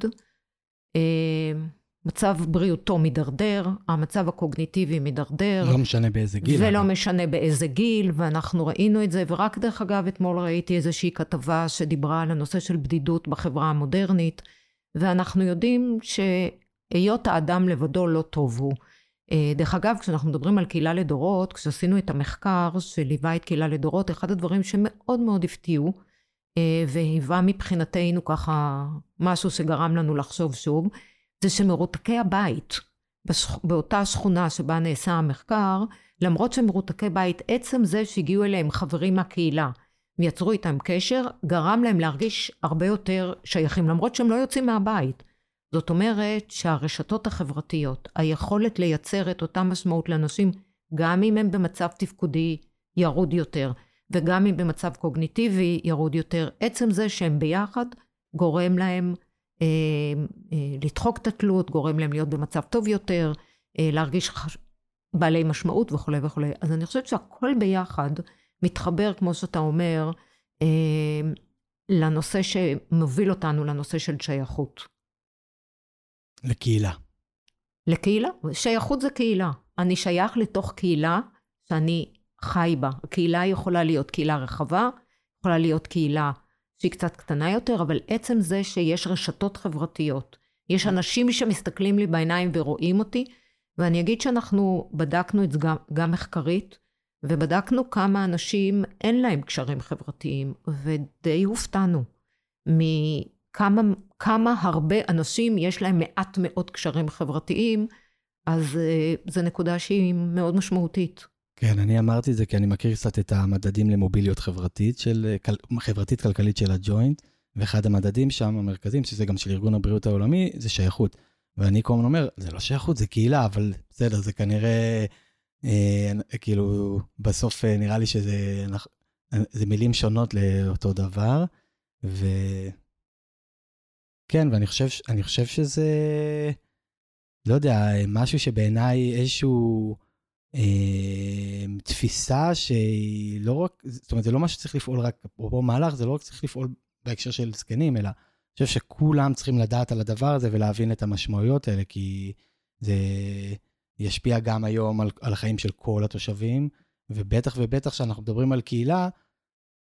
מצב בריאותו מדרדר, המצב הקוגניטיבי מדרדר. לא משנה באיזה גיל. ולא אבל. משנה באיזה גיל, ואנחנו ראינו את זה, ורק דרך אגב אתמול ראיתי איזושהי כתבה שדיברה על הנושא של בדידות בחברה המודרנית, ואנחנו יודעים שהיות האדם לבדו לא טוב הוא. דרך אגב, כשאנחנו מדברים על קהילה לדורות, כשעשינו את המחקר שליווה את קהילה לדורות, אחד הדברים שמאוד מאוד הפתיעו, והיווה מבחינתנו ככה משהו שגרם לנו לחשוב שוב, זה שמרותקי הבית, באותה שכונה שבה נעשה המחקר, למרות שמרותקי בית, עצם זה שהגיעו אליהם חברים מהקהילה, ויצרו איתם קשר, גרם להם להרגיש הרבה יותר שייכים, למרות שהם לא יוצאים מהבית. זאת אומרת שהרשתות החברתיות, היכולת לייצר את אותה משמעות לאנשים, גם אם הם במצב תפקודי ירוד יותר, וגם אם במצב קוגניטיבי ירוד יותר, עצם זה שהם ביחד גורם להם אה, אה, לדחוק את התלות, גורם להם להיות במצב טוב יותר, אה, להרגיש בעלי משמעות וכו' וכו'. אז אני חושבת שהכל ביחד מתחבר, כמו שאתה אומר, אה, לנושא שמוביל אותנו, לנושא של שייכות. לקהילה. לקהילה? שייכות זה קהילה. אני שייך לתוך קהילה שאני חי בה. הקהילה יכולה להיות קהילה רחבה, יכולה להיות קהילה שהיא קצת קטנה יותר, אבל עצם זה שיש רשתות חברתיות, יש אנשים שמסתכלים לי בעיניים ורואים אותי, ואני אגיד שאנחנו בדקנו את זה גם, גם מחקרית, ובדקנו כמה אנשים אין להם קשרים חברתיים, ודי הופתענו מכמה כמה הרבה אנשים יש להם מעט מאוד קשרים חברתיים, אז זו נקודה שהיא מאוד משמעותית. כן, אני אמרתי את זה כי אני מכיר קצת את המדדים למוביליות חברתית, של, חברתית כלכלית של הג'וינט, ואחד המדדים שם, המרכזיים, שזה גם של ארגון הבריאות העולמי, זה שייכות. ואני כל אומר, זה לא שייכות, זה קהילה, אבל בסדר, זה כנראה, אה, כאילו, בסוף אה, נראה לי שזה זה מילים שונות לאותו דבר, ו... כן, ואני חושב, אני חושב שזה, לא יודע, משהו שבעיניי איזשהו אה, תפיסה שהיא לא רק, זאת אומרת, זה לא מה שצריך לפעול רק, אפרופו מהלך, זה לא רק צריך לפעול בהקשר של זקנים, אלא אני חושב שכולם צריכים לדעת על הדבר הזה ולהבין את המשמעויות האלה, כי זה ישפיע גם היום על, על החיים של כל התושבים, ובטח ובטח שאנחנו מדברים על קהילה,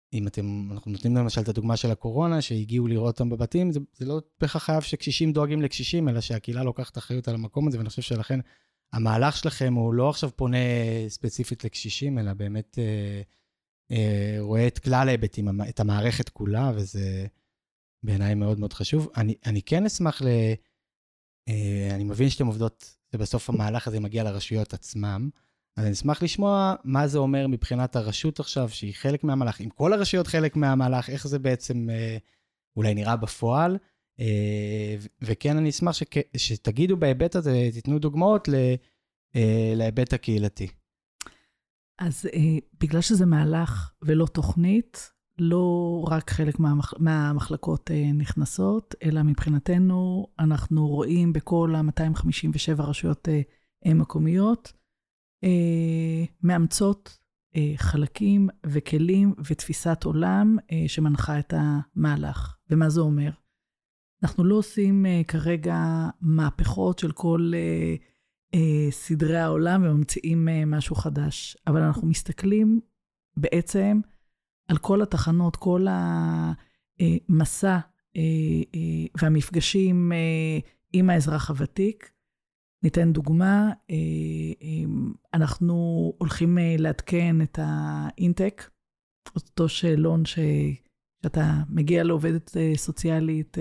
אם אתם, אנחנו נותנים למשל את הדוגמה של הקורונה, שהגיעו לראות אותם בבתים, זה, זה לא בהכרח חייב שקשישים דואגים לקשישים, אלא שהקהילה לוקחת אחריות על המקום הזה, ואני חושב שלכן המהלך שלכם הוא לא עכשיו פונה ספציפית לקשישים, אלא באמת אה, אה, רואה את כלל ההיבטים, את המערכת כולה, וזה בעיניי מאוד מאוד חשוב. אני, אני כן אשמח ל... אה, אני מבין שאתם עובדות, ובסוף המהלך הזה מגיע לרשויות עצמם, אז אני אשמח לשמוע מה זה אומר מבחינת הרשות עכשיו, שהיא חלק מהמהלך. אם כל הרשויות חלק מהמהלך, איך זה בעצם אה, אולי נראה בפועל, אה, וכן אני אשמח שכ, שתגידו בהיבט הזה, תיתנו דוגמאות ל, אה, להיבט הקהילתי. אז אה, בגלל שזה מהלך ולא תוכנית, לא רק חלק מהמח... מהמחלקות אה, נכנסות, אלא מבחינתנו אנחנו רואים בכל ה-מאתיים חמישים ושבע רשויות אה, מקומיות, אה, מאמצות אה, חלקים וכלים ותפיסת עולם אה, שמנחה את המהלך. ומה זה אומר? אנחנו לא עושים אה, כרגע מהפכות של כל אה, אה, סדרי העולם וממציאים אה, משהו חדש, אבל אנחנו מסתכלים בעצם על כל התחנות, כל המסע והמפגשים עם האזרח הוותיק. ניתן דוגמה, אנחנו הולכים לעדכן את האינטק, אותו שאלון שאתה מגיע לעובדת סוציאלית,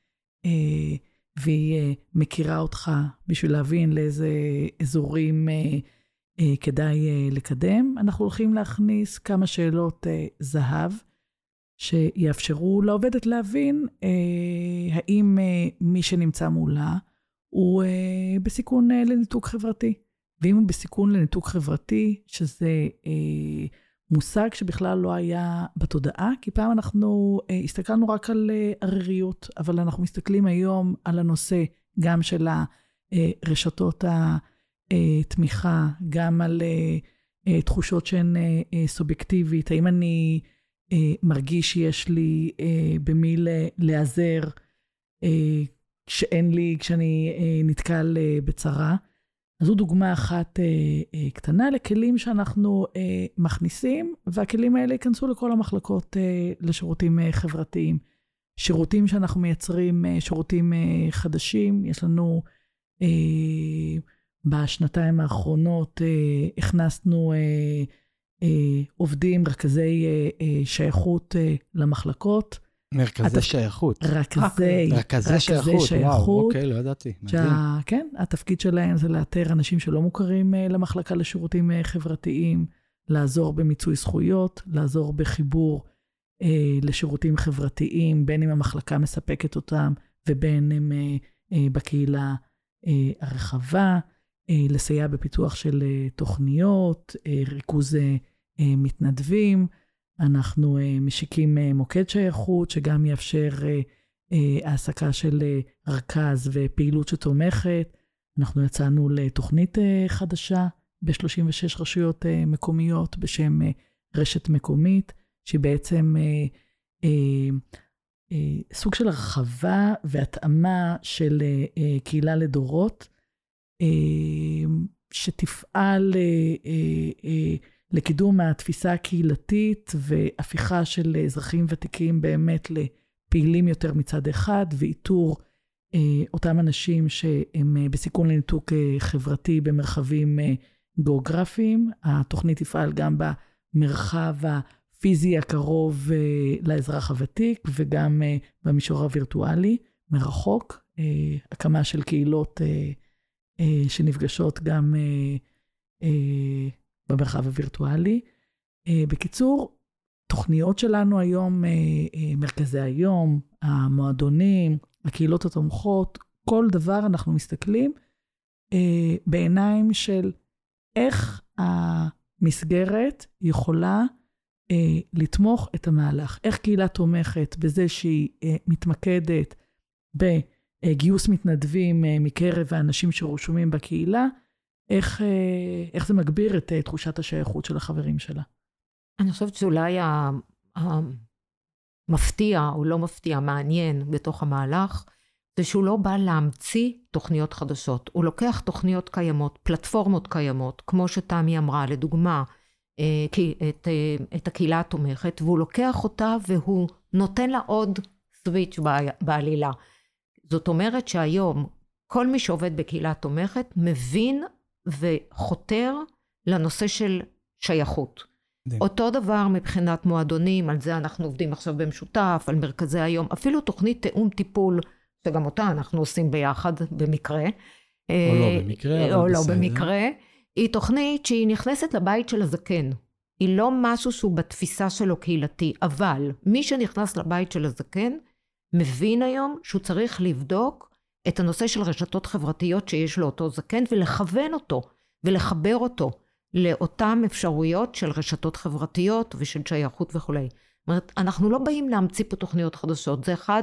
והיא מכירה אותך בשביל להבין לאיזה אזורים כדאי לקדם. אנחנו הולכים להכניס כמה שאלות זהב, שיאפשרו לעובדת להבין האם מי שנמצא מולה הוא בסיכון לניתוק חברתי. ואם הוא בסיכון לניתוק חברתי, שזה מושג שבכלל לא היה בתודעה, כי פעם אנחנו הסתכלנו רק על עריריות, אבל אנחנו מסתכלים היום על הנושא גם של הרשתות ה... תמיכה, גם על uh, תחושות שהן uh, סובייקטיבית, האם אני uh, מרגיש שיש לי uh, במי להיעזר uh, כשאין לי, כשאני uh, נתקל uh, בצרה. אז זו דוגמה אחת uh, uh, קטנה לכלים שאנחנו uh, מכניסים, והכלים האלה ייכנסו לכל המחלקות uh, לשירותים uh, חברתיים. שירותים שאנחנו מייצרים, uh, שירותים uh, חדשים, יש לנו... Uh, בשנתיים האחרונות אה, הכנסנו אה, אה, עובדים, רכזי אה, אה, שייכות אה, למחלקות. מרכזי התפ... שייכות. רכזי, רכזי רכזי שייכות, שייכות. וואו, אוקיי, לא ידעתי. שה, כן, התפקיד שלהם זה לאתר אנשים שלא מוכרים אה, למחלקה לשירותים אה, חברתיים, לעזור במיצוי זכויות, לעזור בחיבור אה, לשירותים חברתיים, בין אם המחלקה מספקת אותם, ובין אם אה, אה, בקהילה אה, הרחבה, לסייע בפיתוח של תוכניות, ריכוז מתנדבים. אנחנו משיקים מוקד שייכות, שגם יאפשר העסקה של רכז ופעילות שתומכת. אנחנו יצאנו לתוכנית חדשה ב-שלושים ושש רשויות מקומיות בשם רשת מקומית, שהיא בעצם סוג של הרחבה והתאמה של קהילה לדורות, שתפעל לקידום התפיסה הקהילתית והפיכה של אזרחים ותיקים באמת לפעילים יותר מצד אחד, ואיתור אותם אנשים שהם בסיכון לניתוק חברתי במרחבים גיאוגרפיים. התוכנית תפעל גם במרחב הפיזי הקרוב לאזרח הוותיק, וגם במישור הווירטואלי מרחוק, הקמה של קהילות שנפגשות גם במרחב הווירטואלי. בקיצור, תוכניות שלנו היום, מרכזי היום, המועדונים, הקהילות התומכות, כל דבר אנחנו מסתכלים בעיניים של איך המסגרת יכולה לתמוך את המהלך, איך קהילה תומכת בזה שהיא מתמקדת ב גיוס מתנדבים מקרב האנשים שרשומים בקהילה, איך, איך זה מגביר את תחושת השייכות של החברים שלה? אני חושבת שאולי המפתיע או לא מפתיע, מעניין בתוך המהלך, זה שהוא לא בא להמציא תוכניות חדשות. הוא לוקח תוכניות קיימות, פלטפורמות קיימות, כמו שתמי אמרה, לדוגמה, את, את הקהילה התומכת, והוא לוקח אותה והוא נותן לה עוד סוויץ' בעלילה. זאת אומרת שהיום כל מי שעובד בקהילה תומכת מבין וחותר לנושא של שייכות. די. אותו דבר מבחינת מועדונים, על זה אנחנו עובדים עכשיו במשותף, על מרכזי היום, אפילו תוכנית תאום טיפול, שגם אותה אנחנו עושים ביחד במקרה. או לא במקרה. או לא במקרה. היא תוכנית שהיא נכנסת לבית של הזקן. היא לא משהו שהוא בתפיסה שלו קהילתי, אבל מי שנכנס לבית של הזקן, מבין היום שהוא צריך לבדוק את הנושא של רשתות חברתיות שיש לו אותו זקן, ולכוון אותו, ולחבר אותו לאותן אפשרויות של רשתות חברתיות ושל שייכות וכו'. זאת אומרת, אנחנו לא באים להמציא פה תוכניות חדשות, זה אחד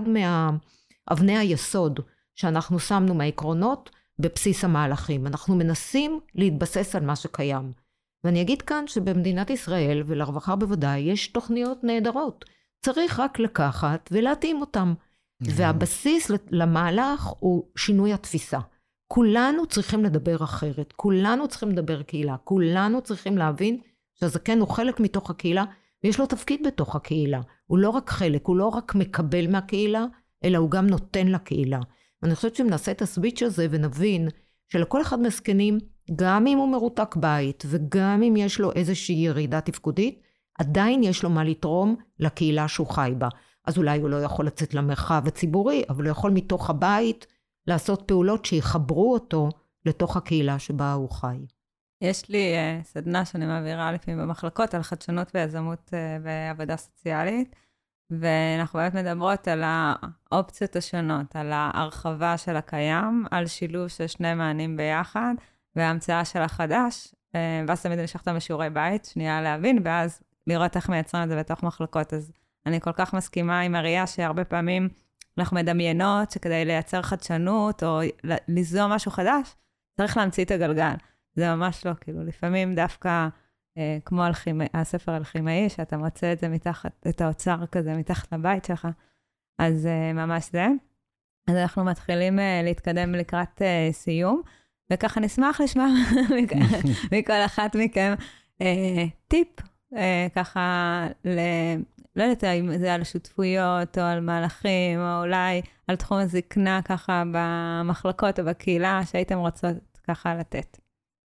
מאבני היסוד שאנחנו שמנו מהעקרונות בבסיס המהלכים. אנחנו מנסים להתבסס על מה שקיים. ואני אגיד כאן שבמדינת ישראל, ולרווחה בוודאי, יש תוכניות נהדרות. צריך רק לקחת ולהתאים אותם. והבסיס למהלך הוא שינוי התפיסה. כולנו צריכים לדבר אחרת, כולנו צריכים לדבר קהילה, כולנו צריכים להבין שהזקן הוא חלק מתוך הקהילה, ויש לו תפקיד בתוך הקהילה. הוא לא רק חלק, הוא לא רק מקבל מהקהילה, אלא הוא גם נותן לקהילה. ואני חושבת שאם נעשה את הסוויץ' הזה ונבין שלכל אחד מהזקנים, גם אם הוא מרותק בית, וגם אם יש לו איזושהי ירידה תפקודית, עדיין יש לו מה לתרום לקהילה שהוא חי בה. אז אולי הוא לא יכול לצאת למרחב הציבורי, אבל הוא יכול מתוך הבית לעשות פעולות שיחברו אותו לתוך הקהילה שבה הוא חי. יש לי uh, סדנה שאני מעבירה לפעמים במחלקות על חדשנות ויזמות uh, בעבודה סוציאלית, ואנחנו באמת מדברות על האופציות השונות, על ההרחבה של הקיים, על שילוב של שני מענים ביחד, וההמצאה של החדש, uh, ואז תמיד אני שכתה בשיעורי בית, שנייה להבין, ואז לראות איך מייצרים את זה בתוך מחלקות. אז אני כל כך מסכימה עם הראייה שהרבה פעמים אנחנו מדמיינות שכדי לייצר חדשנות או ליזום משהו חדש, צריך להמציא את הגלגל. זה ממש לא, כאילו, לפעמים דווקא אה, כמו אלכימאי, הספר אלכימאי, שאתה מוצא את זה מתחת, את האוצר כזה מתחת לבית שלך, אז אה, ממש זה. אז אנחנו מתחילים אה, להתקדם לקראת אה, סיום, וככה נשמח לשמוע מכל אחת מכם אה, טיפ, אה, ככה ל... לא יודעת אם זה על שותפויות או על מהלכים, או אולי על תחום הזקנה ככה במחלקות או בקהילה שהייתם רוצות ככה לתת.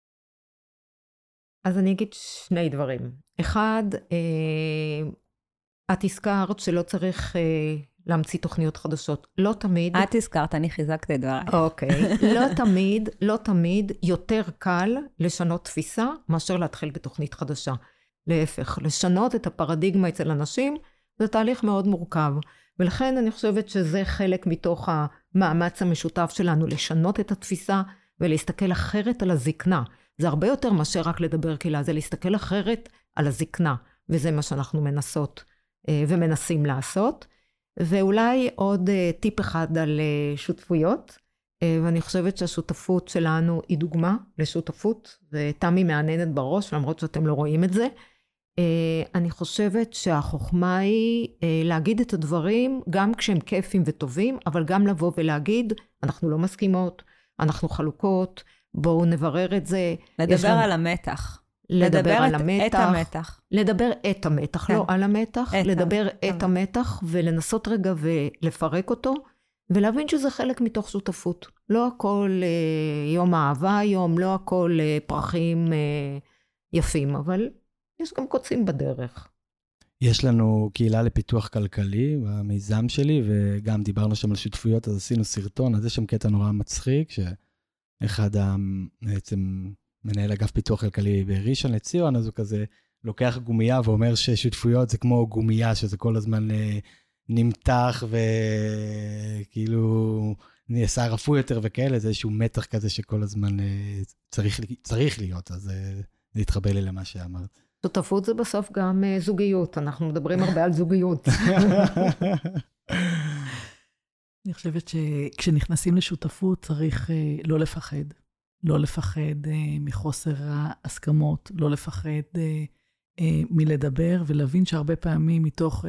אז אני אגיד שני דברים. אחד, אה, את הזכרת שלא צריך אה, להמציא תוכניות חדשות. לא תמיד... את הזכרת, אני חיזקתי את דבריי. אוקיי. לא תמיד, לא תמיד יותר קל לשנות תפיסה מאשר להתחיל בתוכנית חדשה. להפך, לשנות את הפרדיגמה אצל אנשים, זה תהליך מאוד מורכב. ולכן אני חושבת שזה חלק מתוך המאמץ המשותף שלנו, לשנות את התפיסה ולהסתכל אחרת על הזקנה. זה הרבה יותר מאשר רק לדבר קהילה, זה להסתכל אחרת על הזקנה, וזה מה שאנחנו מנסות ומנסים לעשות. ואולי עוד טיפ אחד על שותפויות, ואני חושבת שהשותפות שלנו היא דוגמה לשותפות, ותמי מעננת בראש, למרות שאתם לא רואים את זה. אני חושבת שהחוכמה היא להגיד את הדברים, גם כשהם כיפים וטובים, אבל גם לבוא ולהגיד, אנחנו לא מסכימות, אנחנו חלוקות, בואו נברר את זה. לדבר על המתח. לדבר על המתח. את המתח. לדבר את המתח, לא על המתח, לדבר את המתח, ולנסות רגע ולפרק אותו, ולהבין שזה חלק מתוך שותפות. לא הכל יום אהבה היום, לא הכל פרחים יפים, אבל יש גם קוצים בדרך. יש לנו קהילה לפיתוח כלכלי במיזם שלי, וגם דיברנו שם על שותפויות, אז עשינו סרטון, אז יש שם קטע נורא מצחיק, שאחד בעצם מנהל אגף פיתוח כלכלי בראשון לציון, אז הוא כזה לוקח גומייה ואומר ששותפויות זה כמו גומייה, שזה כל הזמן נמתח וכאילו נעשה רפוי יותר וכאלה, זה איזשהו מתח כזה שכל הזמן צריך, צריך להיות, אז זה התחבר לי למה שאמרת. שותפות זה בסוף גם זוגיות, אנחנו מדברים הרבה על זוגיות. אני חושבת שכשנכנסים לשותפות צריך לא לפחד, לא לפחד מחוסר ההסכמות, לא לפחד מלדבר, ולהבין שהרבה פעמים מתוך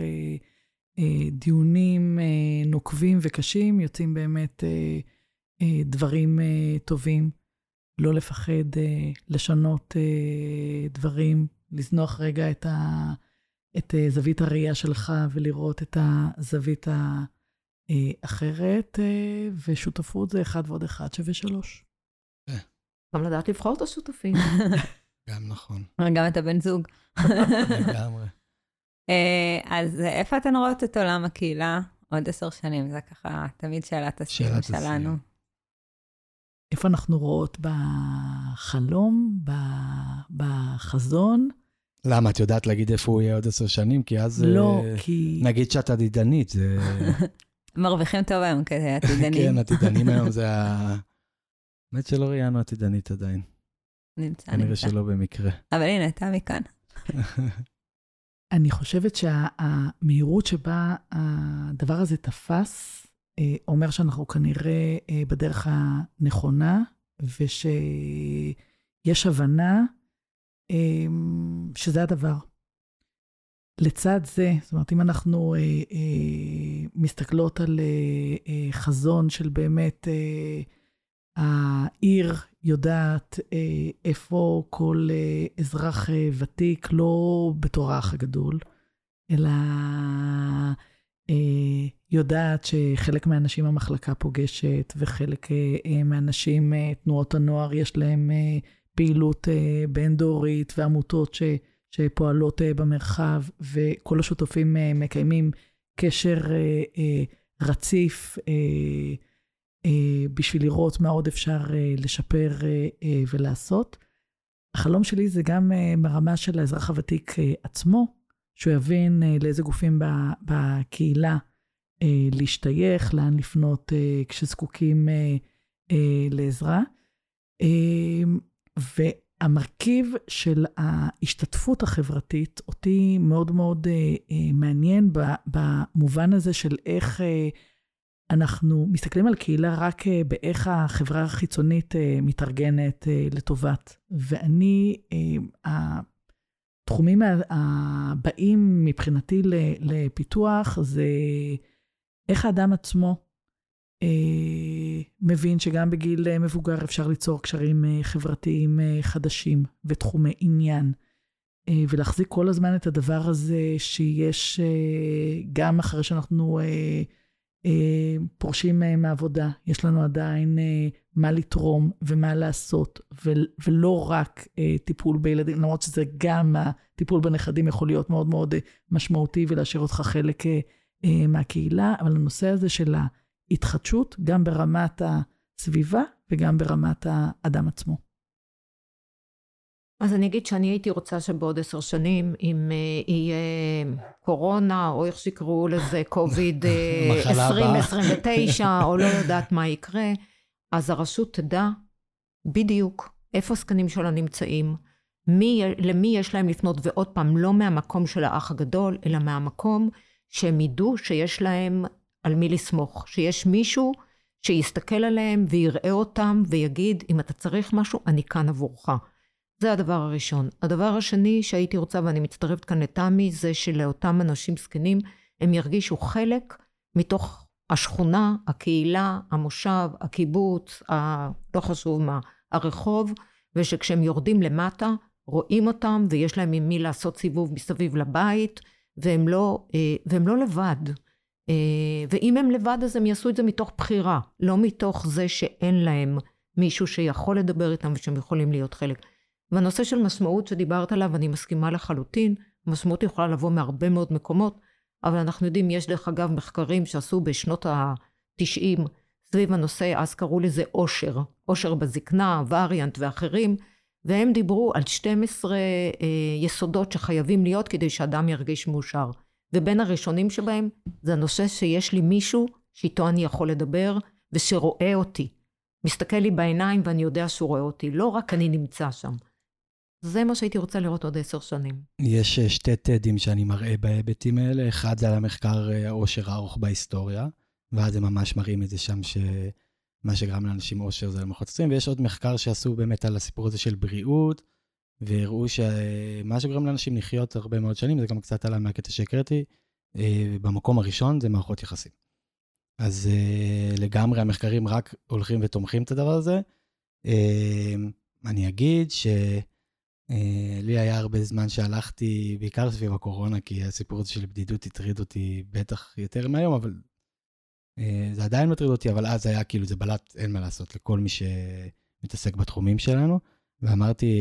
דיונים נוקבים וקשים יוצאים באמת דברים טובים, לא לפחד לשנות דברים לזנוח רגע את, ה, את זווית הראייה שלך ולראות את הזווית האחרת, ושותפות זה אחד ועוד אחד שווה שלוש. גם לדעת לבחור את השותפים. גם נכון. גם את הבן זוג. לגמרי. אז איפה אתן רואות את עולם הקהילה עוד עשר שנים? זה ככה תמיד שאלת הסיום שלנו. איפה אנחנו רואות בחלום, בחזון? למה? את יודעת להגיד איפה הוא יהיה עוד עשר שנים? כי אז לא, כי... נגיד שאת עתידנית. מרוויחים טוב היום כזה עתידנים. כן, עתידנים היום זה ה... באמת שלא ראיינו עתידנית עדיין. נמצא, נמצא. נמצא. שלא במקרה. אבל הנה, אתה מכאן. אני חושבת שהמהירות שבה הדבר הזה תפס, אומר שאנחנו כנראה בדרך הנכונה, ושיש הבנה שזה הדבר. לצד זה, זאת אומרת, אם אנחנו מסתכלות על חזון של באמת, העיר יודעת איפה כל אזרח ותיק, לא בתור האח הגדול, אלא יודעת שחלק מהאנשים המחלקה פוגשת, וחלק מהאנשים תנועות הנוער יש להם פעילות בין-דורית, ועמותות ש, שפועלות במרחב, וכל השותפים מקיימים קשר רציף, בשביל לראות מה עוד אפשר לשפר ולעשות. החלום שלי זה גם ברמה של האזרח הוותיק עצמו, שהוא יבין לאיזה גופים בקהילה להשתייך, לאן לפנות כשזקוקים לעזרה. והמרכיב של ההשתתפות החברתית, אותי מאוד מאוד מעניין במובן הזה של איך אנחנו מסתכלים על קהילה רק באיך החברה החיצונית מתארגנת לטובת. ואני, התחומים הבאים מבחינתי לפיתוח, זה איך האדם עצמו מבין שגם בגיל מבוגר אפשר ליצור קשרים חברתיים חדשים ותחומי עניין. ולהחזיק כל הזמן את הדבר הזה שיש גם אחרי שאנחנו פורשים מעבודה, יש לנו עדיין מה לתרום ומה לעשות, ולא רק טיפול בילדים, למרות שזה גם הטיפול בנכדים יכול להיות מאוד מאוד משמעותי ולהשאיר אותך חלק מהקהילה, אבל הנושא הזה של ההתחדשות, גם ברמת הסביבה וגם ברמת האדם עצמו. אז אני אגיד שאני הייתי רוצה שבעוד עשר שנים, אם יהיה קורונה, או איך שיקראו לזה, קוביד עשרים עשרים ותשע, או לא יודעת מה יקרה, אז הרשות תדע בדיוק איפה הסקנים שלה נמצאים, מי, למי יש להם לפנות, ועוד פעם, לא מהמקום של האח הגדול, אלא מהמקום שהם ידעו שיש להם על מי לסמוך, שיש מישהו שיסתכל עליהם ויראה אותם ויגיד, אם אתה צריך משהו, אני כאן עבורך. זה הדבר הראשון. הדבר השני שהייתי רוצה, ואני מצטרפת כאן לתמי, זה שלאותם אנשים זקנים, הם ירגישו חלק מתוך השכונה, הקהילה, המושב, הקיבוץ, ה... לא חשוב מה, הרחוב, ושכשהם יורדים למטה, רואים אותם, ויש להם עם מי לעשות סיבוב מסביב לבית, והם לא, והם לא לבד. ואם הם לבד, אז הם יעשו את זה מתוך בחירה, לא מתוך זה שאין להם מישהו שיכול לדבר איתם, ושהם יכולים להיות חלק. והנושא של משמעות שדיברת עליו, אני מסכימה לחלוטין, משמעות יכולה לבוא מהרבה מאוד מקומות, אבל אנחנו יודעים, יש דרך אגב מחקרים שעשו בשנות ה-תשעים, סביב הנושא, אז קראו לזה אושר, אושר בזקנה, וריאנט ואחרים, והם דיברו על שתים עשרה אה, יסודות שחייבים להיות כדי שאדם ירגיש מאושר. ובין הראשונים שבהם, זה הנושא שיש לי מישהו שאיתו אני יכול לדבר, ושרואה אותי. מסתכל לי בעיניים ואני יודע שהוא רואה אותי, לא רק אני נמצא שם. זה מה שהייתי רוצה לראות עוד עשר שנים. יש שתי תדים שאני מראה בהיבטים האלה, אחד זה על המחקר העושר הארוך בהיסטוריה, ואז הם ממש מראים את זה שם שמה שגרם לאנשים עושר זה למחות עשרים, ויש עוד מחקר שעשו באמת על הסיפור הזה של בריאות, והראו שמה שגרם לאנשים לחיות הרבה מאוד שנים, זה גם קצת עלה מהקטע שהקראתי, במקום הראשון זה מערכות יחסים. אז לגמרי המחקרים רק הולכים ותומכים את הדבר הזה. אני אגיד לי היה הרבה זמן שהלכתי, בעיקר סביב הקורונה, כי הסיפור הזה של בדידות הטריד אותי בטח יותר מהיום, אבל זה עדיין מטריד אותי, אבל אז היה כאילו, זה בלט, אין מה לעשות לכל מי שמתעסק בתחומים שלנו, ואמרתי,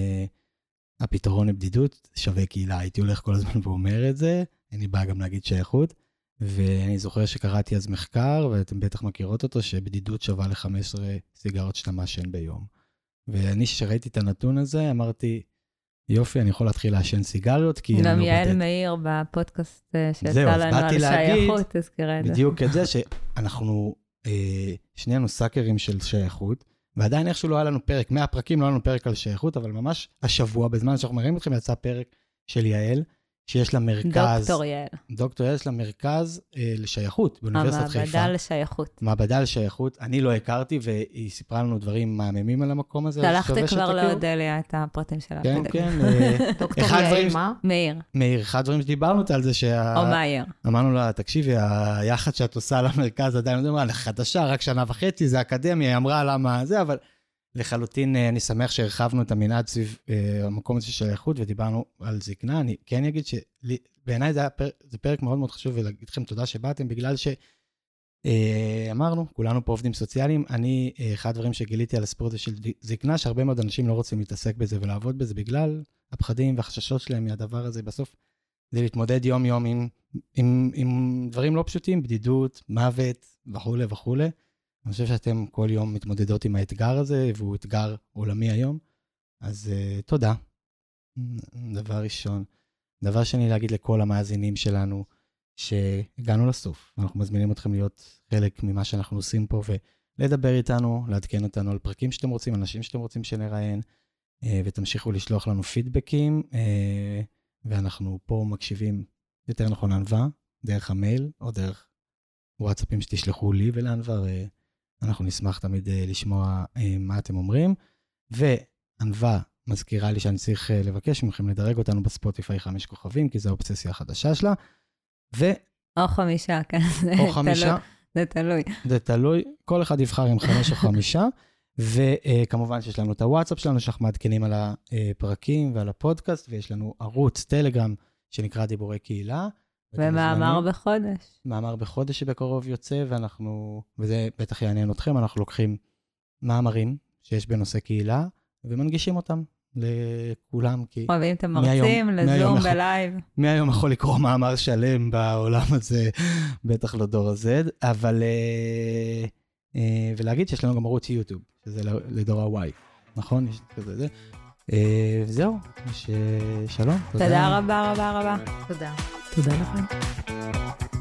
הפתרון לבדידות שווה קהילה, הייתי הולך כל הזמן ואומר את זה, אני בא גם להגיד שייכות, ואני זוכר שקראתי אז מחקר, ואתם בטח מכירות אותו, שבדידות שווה ל-חמש עשרה סיגרות שאתה מעשן ביום. ואני שראיתי את הנתון הזה, אמרתי, יופי, אני יכול להתחיל לעשן סיגריות, כי אני לא גם בודד. יעל מאיר בפודקאסט שיצא לנו על שייכות, תזכירה את זה. בדיוק את זה, שאנחנו אה, שנינו סאקרים של שייכות, ועדיין איכשהו לא היה לנו פרק, מאה פרקים לא היה לנו פרק על שייכות, אבל ממש השבוע, בזמן שאנחנו מראים אתכם, יצא פרק של יעל, שיש לה מרכז... דוקטור יעל. דוקטור יעל, יש לה מרכז אה, לשייכות, באוניברסיטת חיפה. המעבדה לשייכות. מעבדה לשייכות. אני לא הכרתי, והיא סיפרה לנו דברים מהממים על המקום הזה. שלחתי כבר לאודליה את הפרטים שלה. כן, כן. דוקטור יעל, מה? מאיר. מאיר, אחד הדברים שדיברנו על זה שה... או מאיר. אמרנו לה, תקשיבי, היחד שאת עושה למרכז עדיין, אמרה, לחדשה, רק שנה וחצי, זה אקדמיה, היא אמרה למה זה, אבל לחלוטין אני שמח שהרחבנו את המנעד סביב המקום הזה של שייכות, ודיברנו על זקנה. אני כן אגיד שבעיניי זה פרק מאוד מאוד חשוב, ולהגיד לכם תודה שבאתם, בגלל שאמרנו, כולנו פה עובדים סוציאליים, אני, אחד הדברים שגיליתי על הספורט של זקנה, שהרבה מאוד אנשים לא רוצים להתעסק בזה ולעבוד בזה, בגלל הפחדים והחששות שלהם מהדבר הזה, בסוף זה להתמודד יום יום עם, עם, עם דברים לא פשוטים, בדידות, מוות וכו' וכו'. אני חושב שאתם כל יום מתמודדות עם האתגר הזה, והוא אתגר עולמי היום. אז uh, תודה. דבר ראשון. דבר שני, להגיד לכל המאזינים שלנו, שהגענו לסוף. אנחנו מזמינים אתכם להיות חלק ממה שאנחנו עושים פה, ולדבר איתנו, לעדכן אותנו על פרקים שאתם רוצים, אנשים שאתם רוצים שנראיין, uh, ותמשיכו לשלוח לנו פידבקים, uh, ואנחנו פה מקשיבים יותר נכון ענווה, דרך המייל, או דרך וואטסאפים שתשלחו לי ולענווה, uh, אנחנו נשמח תמיד uh, לשמוע uh, מה אתם אומרים, וענווה מזכירה לי שאני צריך uh, לבקש מכם לדרג אותנו בספוטיפיי חמש כוכבים, כי זו האובססיה החדשה שלה, ו... או חמישה, כן. או חמישה. זה תלוי. זה תלוי, כל אחד יבחר עם חמש או חמישה, וכמובן שיש לנו את הוואטסאפ שלנו, שאנחנו מעדכנים על הפרקים ועל הפודקאסט, ויש לנו ערוץ טלגרם שנקרא דיבורי קהילה, ומאמר בחודש. מאמר בחודש שבקרוב יוצא, ואנחנו, וזה בטח יעניין אתכם, אנחנו לוקחים מאמרים שיש בנושא קהילה, ומנגישים אותם לכולם, כי... ואם אתם מרצים לזום בלייב. מי היום יכול לקרוא מאמר שלם בעולם הזה, בטח לא דור ה-Z, אבל... ולהגיד שיש לנו גם ערוץ יוטיוב, שזה לדור ה-Y, נכון? יש כזה זה. וזהו, שלום. תודה רבה רבה רבה. תודה. תודה לכם.